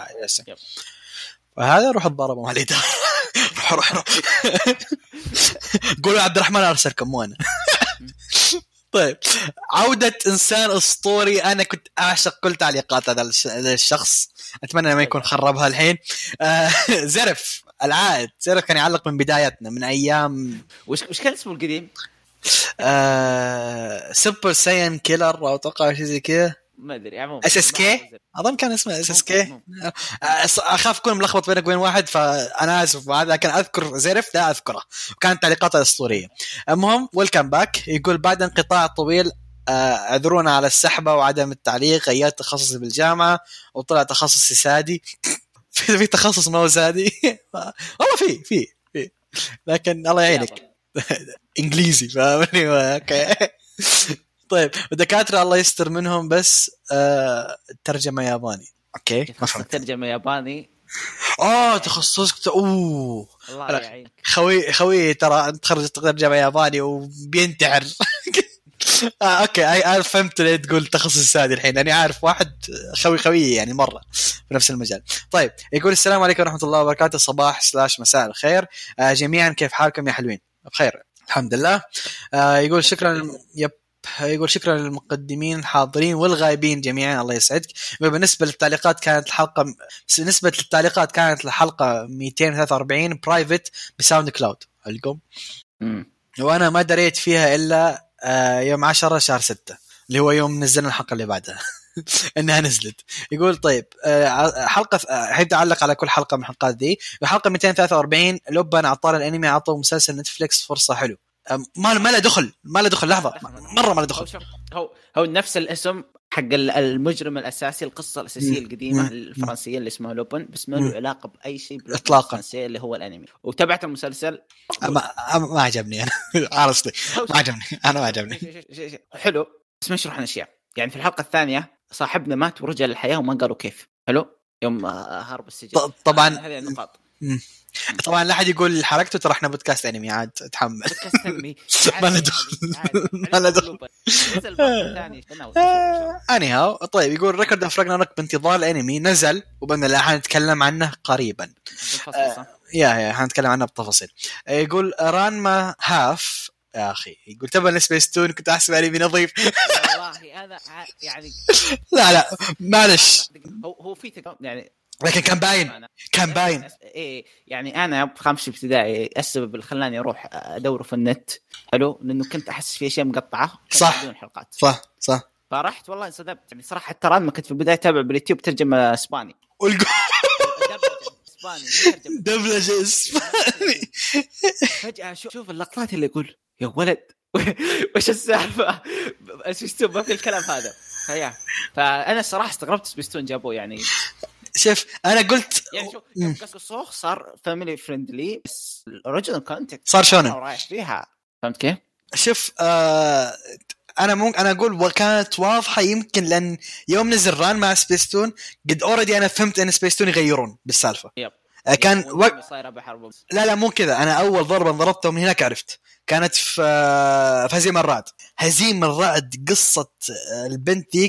Speaker 2: وهذا روح الضربه مع الاداره. روح قولوا عبد الرحمن ارسلكم مو انا. طيب، عودة إنسان أسطوري. أنا كنت أعشق كل تعليقات هذا الشخص، أتمنى ما يكون خربها الحين. زرف العائد، زرف كان يعلق من بدايتنا من أيام
Speaker 3: وش كان اسمه القديم؟
Speaker 2: سوبر ساين كيلر أو أتوقع شيء زي كذا،
Speaker 3: ما أدري. عموما
Speaker 2: SSK أظن كان اسمه SSK. أخاف أكون ملخبط بينك وبين واحد، فأنا آسف. هذا كان أذكر زرف ده أذكره، وكانت تعليقاته أسطورية. المهم ويلكم باك. يقول بعد انقطاع طويل اعذرونا على السحبة وعدم التعليق، غيرت تخصصي بالجامعة وطلع تخصصي سادي. في تخصص ما هو سادي والله في لكن الله يعينك. إنجليزي فاهمني. اوكي طيب، الدكاترة الله يستر منهم، بس ترجمة ياباني. اوكي
Speaker 3: ما فهمت. ترجمة ياباني
Speaker 2: تخصصك
Speaker 3: الله يعينك
Speaker 2: خوي ترى تخرج ترجمة ياباني وبينتحر. اوكي انا فهمت ليه تقول تخصص سادي الحين، يعني عارف واحد خوي يعني مرة في نفس المجال. طيب، يقول السلام عليكم ورحمة الله وبركاته، صباح / مساء الخير جميعا، كيف حالكم يا حلوين؟ بخير الحمد لله. يقول شكرا. يقول شكرا للمقدمين الحاضرين والغايبين جميعا، الله يسعدك. بالنسبة للتعليقات كانت الحلقة 243 برايفت بساوند كلاود القم، وانا ما دريت فيها الا يوم 10 شهر 6 اللي هو يوم نزلنا الحلقة اللي بعدها انها نزلت. يقول طيب حلقة حيبدأ أعلق على كل حلقة من الحلقات دي. الحلقة 243 لبن عطار الانمي عطوا مسلسل نتفليكس فرصة حلو. ما له دخل لحظة مرة ما له دخل.
Speaker 3: هو نفس الاسم حق المجرم الأساسي، القصة الأساسية القديمة الفرنسية اللي اسمها لوبن، بس ما له علاقة بأي شيء
Speaker 2: إطلاقا
Speaker 3: اللي هو الأنمي. وتابعت المسلسل
Speaker 2: ما عجبني أنا عرفتي ما عجبني
Speaker 3: حلو، بس ما يشرحون أشياء. يعني في الحلقة الثانية صاحبنا مات ورجع للحياة وما قالوا كيف. حلو، يوم هرب السجن.
Speaker 2: طبعا
Speaker 3: هذه النقاط.
Speaker 2: طبعا لا أحد يقول حركته، ترى احنا بودكاست انمي عاد تحمل.
Speaker 3: بودكاست انمي
Speaker 2: ما ندخل اني هاو. طيب، يقول ريكورد اوف راجناروك بانتظار الانمي نزل وبإذن الله حنتكلم عنه قريبا. يا حنتكلم عنه بالتفاصيل. يقول رانما هاف يا اخي، يقول تبع السبيس تون كنت احسب انمي نظيف.
Speaker 3: والله هذا يعني
Speaker 2: لا معلش،
Speaker 3: هو في يعني
Speaker 2: لكن كان باين
Speaker 3: ايه. يعني انا بخامس ابتدائي السبب اللي خلاني اروح ادور في النت حلو لانه كنت احس في اشياء مقطعه بدون حلقات.
Speaker 2: صح
Speaker 3: فرحت والله انصدمت. يعني صراحه ترى ما كنت في البدايه اتابع باليوتيوب ترجمه اسباني
Speaker 2: دبلجه اسباني.
Speaker 3: فجاه شوف اللقطات اللي يقول يا ولد وش السالفه سبيستون ما في الكلام هذا. فانا صراحه استغربت سبيستون جابوه. يعني
Speaker 2: شوف انا قلت
Speaker 3: يعني شوف قصصه صار فاميلي فريندلي، بس الاوريجينال كونتنت
Speaker 2: صار شلون
Speaker 3: رايح فيها. فهمت كيف؟
Speaker 2: شوف انا اقول وكانت واضحه، يمكن لان يوم نزل ران مع سبيستون قد اوريدي انا فهمت ان سبيستون يغيرون بالسالفه. كان لا مو كذا. انا اول ضربه ضربتها من هناك عرفت كانت في هزيم الرعد. قصه البنت ذيك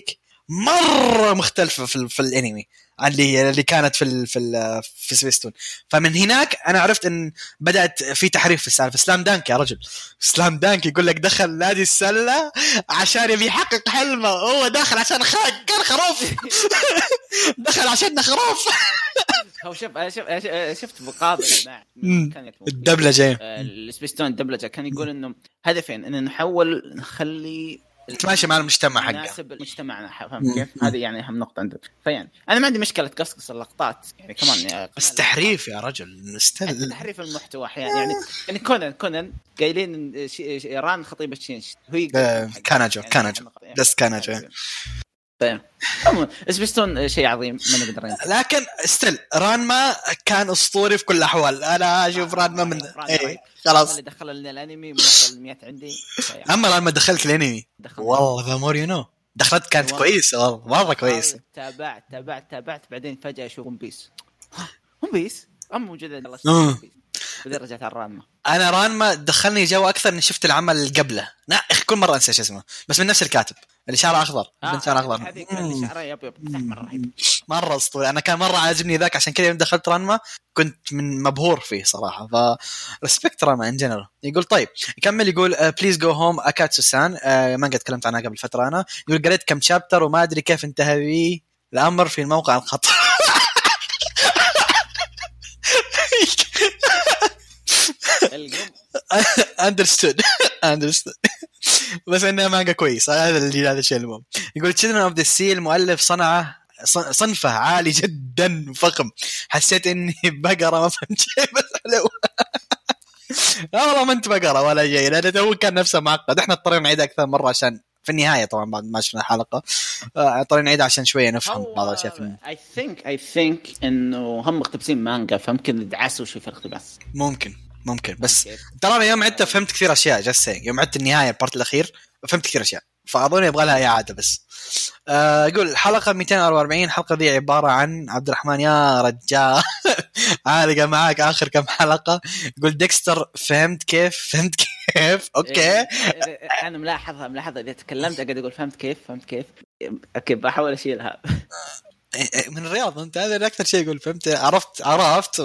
Speaker 2: مره مختلفه في الانمي عن اللي كانت في سبيستون. فمن هناك انا عرفت ان بدات في تحريف في السالفه. سلام دانك يا رجل، سلام دانك يقول لك دخل نادي السله عشان يبي يحقق حلمه، هو دخل عشان كان خروف دخل عشان خروف.
Speaker 3: هو شفت مقابله مع كان
Speaker 2: الدبلجه
Speaker 3: السبيستون الدبلجه، كان يقول انه هدفين ان نحاول نخلي
Speaker 2: تماشي مع المجتمع حقه،
Speaker 3: يناسب مجتمعنا، فهمت كيف؟ هذه يعني اهم نقطه عنده. فيعني انا ما عندي مشكله تقصقص اللقطات يعني كمان،
Speaker 2: بس تحريف يا رجل،
Speaker 3: تحريف المحتوى احيانا يعني كونان قايلين ران خطيبه شينش هي
Speaker 2: كاناجو بس كاناجو.
Speaker 3: طيب سبيستون شيء عظيم ما نقدر ننكر،
Speaker 2: لكن ستيل رانما كان اسطوري في كل الاحوال. انا اشوف رانما من خلاص
Speaker 3: اللي دخل لنا الانمي من المئات عندي.
Speaker 2: اما لما دخلت الانمي والله ذا مور يو نو دخلت كانت كويسه والله مره كويسه.
Speaker 3: تابعت بعدين فجاه اشوف ون بيس موجوده الله بدرجه الرانما.
Speaker 2: انا رانما دخلني جو اكثر اني شفت العمل اللي قبله. لا كل مره انسى شو اسمه، بس من نفس الكاتب اللي شعره اخضر. بنت شعره اخضر
Speaker 3: هذيك اللي شعره ابيض مره رهيب
Speaker 2: مره اسطوري. انا كان مره عاجبني ذاك، عشان كذا يوم دخلت رانما كنت من مبهور فيه صراحه. ف ريسبكت رانما ان جنرال. يقول طيب يكمل يقول بليز جو هوم اكاتسو سان، ما قد تكلمت عنها قبل فتره. انا يقول قريت كم شابتر وما ادري كيف انتهى بي الامر في الموقع الخطا. understood بس انها مانجا كويس، هذا الشيء المهم. يقول Children of the Sea المؤلف صنفه عالي جدا فخم. حسيت اني بقرة ما فهمت شيء بس حلو. لا والله ما انت بقرة ولا شيء، لأنه هو كان نفسه معقد. احنا اضطرينا نعيد اكثر مرة عشان في النهاية طبعا بعد ما شفنا الحلقة اضطرينا نعيد عشان شوية نفهم بعض الاشياء.
Speaker 3: I think انه هم مقتبسين مانجا فممكن يدعسوا شيء في الاقتباس.
Speaker 2: ممكن بس ترى يوم عدت فهمت كثير اشياء. جالسين يوم عدت النهايه البارت الاخير فهمت كثير اشياء، فاظن يبغى لها اعاده بس. يقول الحلقه 244 الحلقه دي عباره عن عبد الرحمن يا رجال عالقه معاك اخر كم حلقه. يقول ديكستر فهمت كيف اوكي
Speaker 3: انا ملاحظه اذا تكلمت قاعد اقول فهمت كيف اوكي بحاول اشيلها
Speaker 2: من الرياض. انت هذا اكثر شيء يقول فهمت عرفت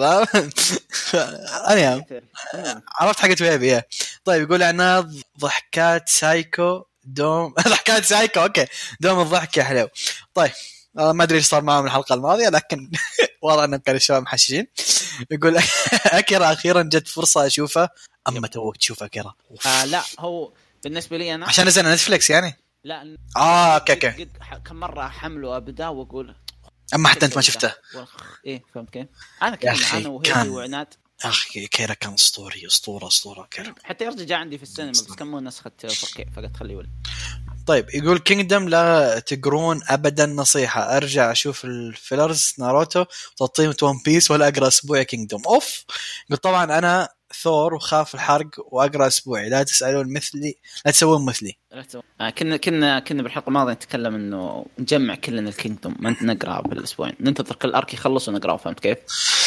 Speaker 2: انا عرفت حاجه ويبي. طيب يقول عناد ضحكات سايكو دوم ضحكات سايكو اوكي دوم الضحك يا حلو. طيب ما ادري ايش صار معهم الحلقه الماضيه، لكن والله انهم كانوا الشباب محششين. يقول اكيرا اخيرا جت فرصه اشوفه. اما توك تشوفه اكيرا
Speaker 3: لا هو بالنسبه لي انا
Speaker 2: عشان نزل نتفليكس يعني
Speaker 3: لا
Speaker 2: اوكي
Speaker 3: كم مره حمله ابدا واقول
Speaker 2: اما حتى انت ما شفته.
Speaker 3: ايه فهمت كيف؟ انا كان وهيدي وعناد
Speaker 2: اخي كيرا كان اسطوره كيرا.
Speaker 3: حتى يرجع جاء عندي في السينما بس كان مو نسخه 4K فقط خليه يولي.
Speaker 2: طيب يقول كينجدم لا تقرون ابدا، نصيحه ارجع اشوف الفيلرز ناروتو وتطيمة ون بيس ولا اقرا اسبوع كينجدم. اوف يقول طبعا انا ثور وخاف الحرق واقرا اسبوعي، لا تسالون مثلي، لا تسوون مثلي.
Speaker 3: كنا بالحلقه الماضيه نتكلم انه نجمع كلنا الكينجدوم ما نقرا بالاسبوعين، ننتظر كل ارك يخلص ونقراه. فهمت كيف؟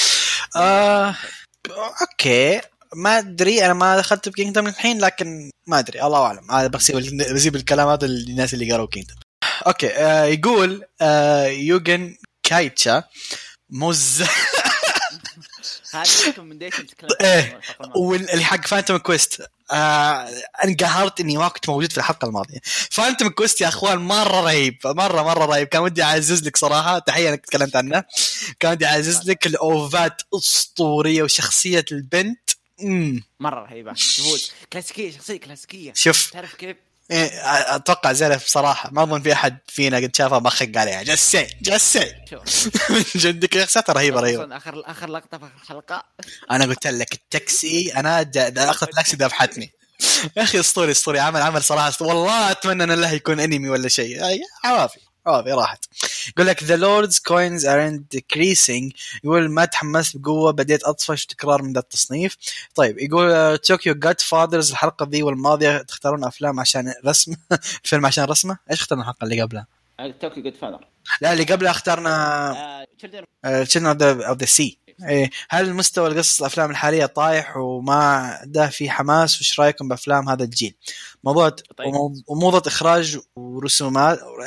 Speaker 2: اوكي ما ادري انا ما دخلت بكينجدوم الحين، لكن ما ادري الله اعلم. هذا بسيب الكلام هذا للناس اللي قرأوا كينجدوم. اوكي يقول يوجن كايتشا موز
Speaker 3: هذا ريكومنديشن تكلم
Speaker 2: واللي حق فانتوم كويست. انقهرت اني ما كنت موجود في الحلقه الماضيه. فانتوم كويست يا اخوان مره رهيب، مره رهيب. كان ودي اعزز لك صراحه، تحيه انك تكلمت عنه. كان ودي اعزز لك الاوفات اسطوريه وشخصيه البنت
Speaker 3: مره رهيبه كلاسيكيه، شخصيه كلاسيكيه.
Speaker 2: شوف
Speaker 3: تعرف كيف
Speaker 2: اتوقع زلف بصراحه ما اظن في احد فينا قد شافها ما خق عليها. جسي من جدك شخصيتها رهيبه.
Speaker 3: اخر لقطه في الحلقه
Speaker 2: انا قلت لك التاكسي انا اخذ التاكسي ذبحتني يا اخي. اسطوري عمل صراحه والله اتمنى ان الله يكون انمي ولا شيء. عوافي راحت. يقول لك the Lord's coins aren't decreasing. يقول ما تحمست بقوة، بديت أطفش تكرار من ذا التصنيف. طيب يقول توكيو جاد فاذرز الحلقة ذي والماضية تختارون أفلام عشان رسم الفيلم عشان رسمه. إيش اخترنا الحلقة اللي قبلها؟
Speaker 3: توكيو جاد فاذر.
Speaker 2: لا اللي قبلها اخترنا Children of the Sea. هل المستوى القصص الأفلام الحالية طايح وما ده في حماس؟ وش رأيكم بأفلام هذا الجيل؟ موضوع إخراج ورسومات إيش؟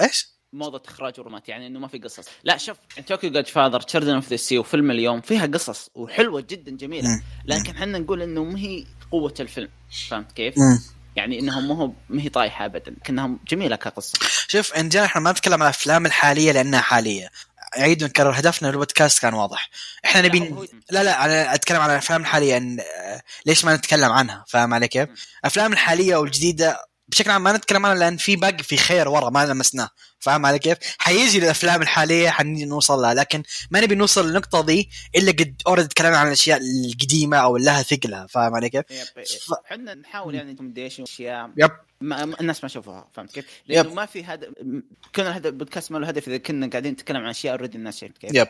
Speaker 3: موضة إخراج ورمات، يعني إنه ما في قصص. لا شوف توكيو جاد فاذر، تشيلدرن اوف ذا سي وفيلم اليوم فيها قصص وحلوة جدا جميلة، لكن حنا نقول إنه ما هي قوة الفيلم، فهمت كيف؟ يعني إنهم ما هي طايحة أبدا، لكنها جميلة كقصة.
Speaker 2: شوف إن جاء إحنا ما نتكلم عن الأفلام الحالية لأنها حالية، عيد ونكرر، هدفنا البودكاست كان واضح. إحنا نبي لا أنا أتكلم عن الأفلام الحالية، إن ليش ما نتكلم عنها؟ فاهم علي كيف؟ الأفلام الحالية والجديدة بشكل عام ما نتكلم عنها لأن في باقي في خير ورا ما لمسناه، فاهم علي كيف؟ حيجي للأفلام الحالية حنيجي نوصل لها، لكن ما نبي نوصل للنقطة دي إلا قد أورد تكلمنا عن الأشياء القديمة أو لها ثقلها، فاهم علي كيف؟
Speaker 3: حنا نحاول يعني ريكومنديشن أشياء الناس ما شافوها، فهمت كيف؟ لأنه ما في هذا، كنا هذا بودكاست ما له هدف إذا كنا قاعدين نتكلم عن أشياء أوريدي الناس شايفة كيف.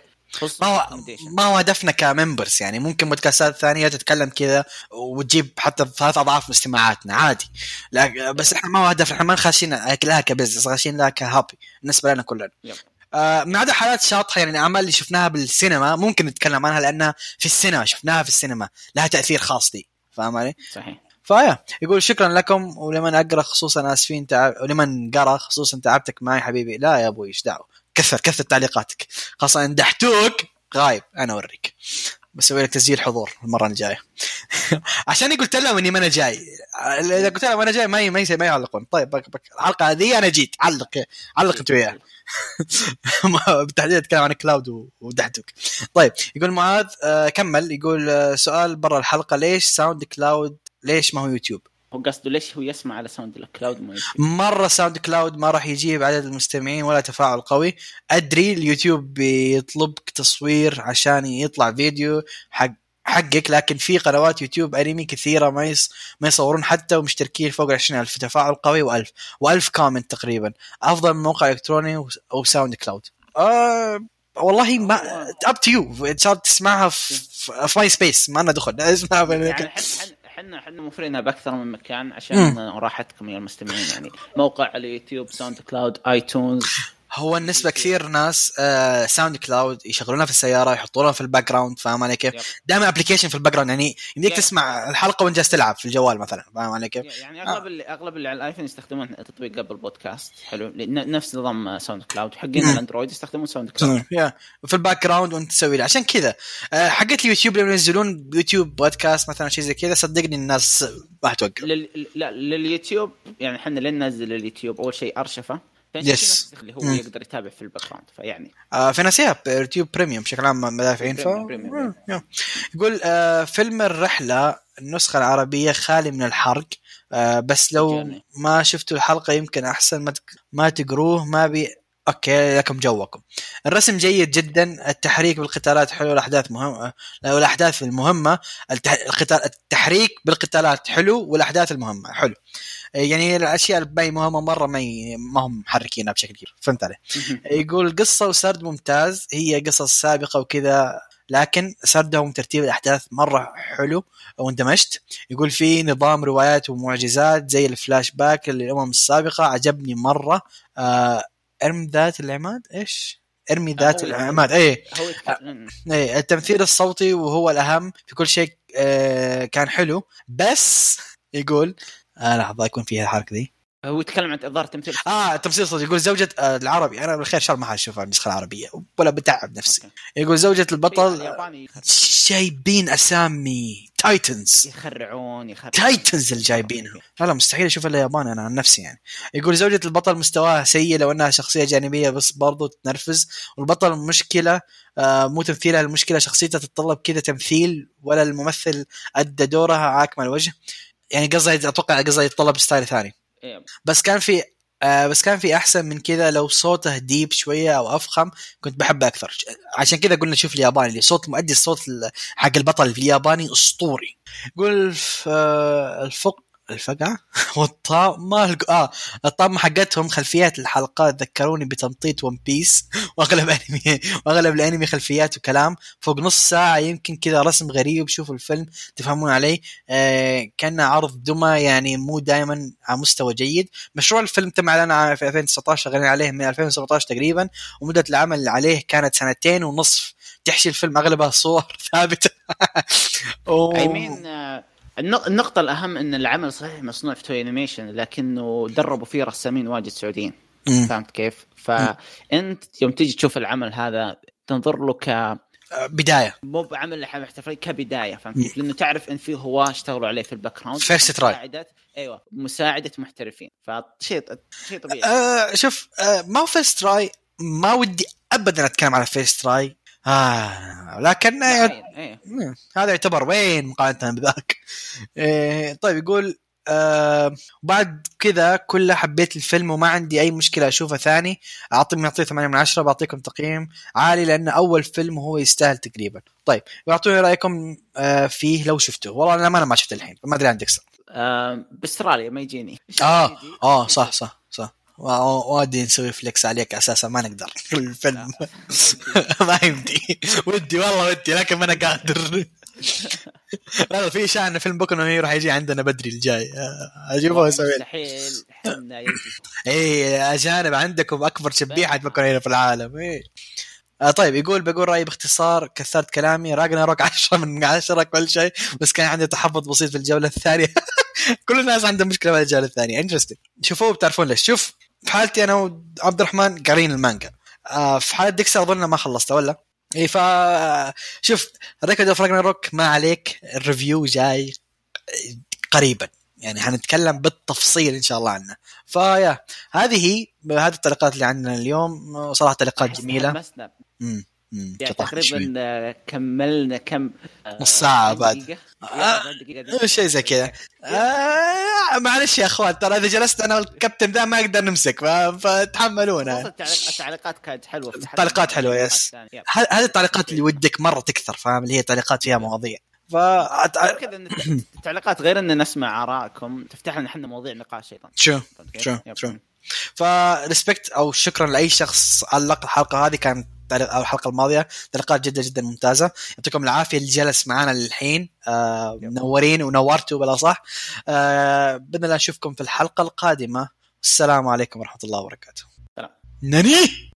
Speaker 2: ما هو هدفنا كممبرز، يعني ممكن بودكاستات ثانية تتكلم كذا وتجيب حتى 3 أضعاف مستمعاتنا عادي، لا بس احنا ما هو هدف، احنا ما خاشين لها كبزنس، خاشين لها كهابي بالنسبة لنا كلنا. ما عدا حالات شاطحة، يعني الأعمال اللي شفناها بالسينما ممكن نتكلم عنها لأنها في السينما، شفناها في السينما لها تأثير خاص دي، فاهم علي؟
Speaker 3: صحيح.
Speaker 2: فايا يقول شكرا لكم، ولمن أقرأ خصوصا آسفين ولمن قرأ خصوصا تعبتك معي حبيبي. لا يا أبوي إيش دعوة، كثر تعليقاتك، خاصة إن دحتوك غايب، أنا أوريك بسوي لك تسجيل حضور المرة الجاية عشان قلت لهم إني ما أنا جاي، إذا قلت لهم أنا جاي ما يعلقون. طيب الحلقة هذه أنا جيت، علق أنت وياه بالتحديد أتكلم عن كلاود ودحتوك. طيب يقول معاذ كمل، يقول سؤال برا الحلقة، ليش ساوند كلاود ليش ما هو يوتيوب؟
Speaker 3: هو قصده ليش هو يسمع على ساوند كلاود ما يوتيوب؟
Speaker 2: مرة ساوند كلاود ما راح يجيب عدد المستمعين ولا تفاعل قوي. أدري اليوتيوب بيطلبك تصوير عشان يطلع فيديو حقك، لكن في قنوات يوتيوب أنمي كثيرة ما يصورون حتى ومشتركين فوق 20,000 تفاعل قوي و1000 كومنت تقريبا، أفضل من موقع إلكتروني أو ساوند كلاود. والله ما up to you، صار تسمعها في ماي سبيس، ما أنا دخل اسمعها
Speaker 3: يعني حنا مفرينها بأكثر من مكان عشان راحتكم يا المستمعين، يعني موقع على يوتيوب، ساوند كلاود، آيتونز.
Speaker 2: هو النسبة كثير ناس ساوند كلاود يشغلونها في السيارة، يحطونها في الباك جراوند، فاهم علي كيف؟ دائما ابلكيشن في الباك جراوند، يعني يمديك تسمع الحلقة وانت جالس تلعب في الجوال مثلا، فاهم علي كيف؟
Speaker 3: يعني اغلب اللي على الايفون يستخدمون تطبيق قبل بودكاست حلو، نفس نظام ساوند كلاود، حقين الاندرويد يستخدمون ساوند كلاود
Speaker 2: في الباك جراوند وانت تسوي له. عشان كذا حقت اليوتيوب لما ينزلون يوتيوب بودكاست مثلا شيء زي كذا، صدقني الناس راح توقف.
Speaker 3: لا لليوتيوب يعني احنا لين ننزل اليوتيوب اول شيء ارشفه
Speaker 2: يس
Speaker 3: اللي هو يقدر يتابع في الباك جراوند، فيعني
Speaker 2: في ناسيها يوتيوب بريميوم بشكل عام مدافعين. يقول فيلم الرحلة النسخة العربية خالي من الحرق، بس لو ما شفتوا الحلقة يمكن أحسن ما تقروه، ما بي أوكي لكم جوكم. الرسم جيد جدا، التحريك بالقتالات حلو، الأحداث مهمة، والأحداث المهمة التحريك بالقتالات حلو، والأحداث المهمة حلو، يعني الأشياء الباقية مهمة مرة ما هم محركينها بشكل كبير، فهمت عليه؟ يقول قصة وسرد ممتاز، هي قصص سابقة وكذا لكن سردهم ترتيب الأحداث مرة حلو واندمجت. يقول في نظام روايات ومعجزات زي الفلاش باك للأمم السابقة، عجبني مرة. ارمي ذات العماد ارمي ذات العماد ايه التمثيل الصوتي وهو الأهم في كل شيء كان حلو، بس يقول لحظة يكون فيها الحركة دي،
Speaker 3: هو يتكلم عن إظهار تمثيل
Speaker 2: تمثيل صوتي. يقول زوجة العربي، أنا بالخير شر ما حاشوفها النسخة العربية ولا بتعب نفسي. يقول زوجة البطل جايبين أسامي تايتنز،
Speaker 3: يخرعون
Speaker 2: تايتنز اللي جايبينها، لا مستحيل أشوف إلا ياباني أنا عن نفسي يعني. يقول زوجة البطل مستواها سيء لو أنها شخصية جانبية بس برضو تنرفز، والبطل مشكلة مو تمثيلها المشكلة، شخصيتها تتطلب كذا تمثيل ولا الممثل أدى دورها عاكم الوجه، يعني قصدي أتوقع قصدي يتطلب ستايل ثاني. بس كان في أحسن من كذا، لو صوته ديب شوية أو أفخم كنت بحبه أكثر. عشان كذا قلنا شوف الياباني اللي صوت مؤدي الصوت حق البطل في الياباني أسطوري. يقول الفقعة والطاقم الطاقم حقتهم خلفيات الحلقات ذكروني بتمطيط ون بيس واغلب الانمي خلفيات وكلام فوق نص ساعة يمكن كذا، رسم غريب، شوفوا الفيلم تفهمون عليه. كان عرض دمى يعني مو دائما على مستوى جيد. مشروع الفيلم تم اعلانه في 2019، شغالين عليه من 2017 تقريبا، ومدة العمل عليه كانت 2.5 سنين. تحشي الفيلم اغلبها صور ثابتة.
Speaker 3: النقطة الأهم أن العمل صحيح مصنوع في توي أنيميشن، لكنه دربوا فيه رسامين واجد سعوديين. فهمت كيف؟ فانت يوم تيجي تشوف العمل هذا تنظر له
Speaker 2: بدايه،
Speaker 3: مو بعمل محترفين، كبدايه، فهمت كيف؟ لانه تعرف ان في هواة اشتغلوا عليه في الباك جراوند،
Speaker 2: فيرست تراي.
Speaker 3: ايوه مساعده محترفين، فشيء طبيعي.
Speaker 2: شوف ما هو فيرست تراي، ما ودي ابدا اتكلم على فيرست تراي، لكن هذا يعتبر وين مقارنه بذاك. طيب يقول بعد كذا كله حبيت الفيلم وما عندي أي مشكلة أشوفه ثاني، أعطيه 8/10، بعطيكم تقييم عالي لأن أول فيلم هو يستاهل تقريبا. طيب يعطوني رأيكم فيه لو شفته. والله أنا ما شفته الحين، ما أدري عن ديكستر.
Speaker 3: باستراليا ما يجيني.
Speaker 2: صح وادي نسوي فليكس عليك أساسا ما نقدر الفيلم ما يمدي. ودي والله ودي لكن ما أنا قادر. لا في شأن فيلم بوكو نو هيرو راح يجي عندنا بدري الجاي، اجيبه واسوي
Speaker 3: مستحيل احنا يجي.
Speaker 2: اجانب عندكم اكبر شبيحه بوكو نو هيرو في العالم. طيب بقول رايي باختصار، كثرت كلامي. راجناروك 10/10 كل شيء، بس كان عندي تحفظ بسيط في الجوله الثانيه. كل الناس عندهم مشكله في الجوله الثانيه. انترستين، شوفوه بتعرفون ليش. شوف في حالتي انا وعبد الرحمن قارين المانجا، في حاله ديكستر اظن ما خلصته ولا شوف ريكورد اوف راجناروك ما عليك، الريفيو جاي قريبا يعني هنتكلم بالتفصيل ان شاء الله عنه. فيا هذه التعليقات اللي عندنا اليوم، صراحه تعليقات جميله.
Speaker 3: يعني تقريبا كملنا كم
Speaker 2: نص ساعه بعد شيء زي كذا. معلش يا اخوان ترى اذا جلست انا والكابتن ذا ما اقدر نمسك، فتحملونا.
Speaker 3: التعليقات كانت حلوه،
Speaker 2: التعليقات حلوه يس. هذه التعليقات اللي ودك مره تكثر، فاهم، اللي هي تعليقات فيها مواضيع.
Speaker 3: كذا التعليقات غير ان نسمع آراءكم تفتح لنا احنا مواضيع نقاش ايضا.
Speaker 2: شو فريسبكت او شكرا لاي شخص علق الحلقه هذه، كانت او الحلقه الماضيه تعليقات جدا جدا ممتازه. يعطيكم العافيه اللي جلس معنا للحين، منورين ونورتوا بلا صح. باذن الله نشوفكم في الحلقه القادمه. السلام عليكم ورحمه الله وبركاته.
Speaker 3: سلام.
Speaker 2: ناني.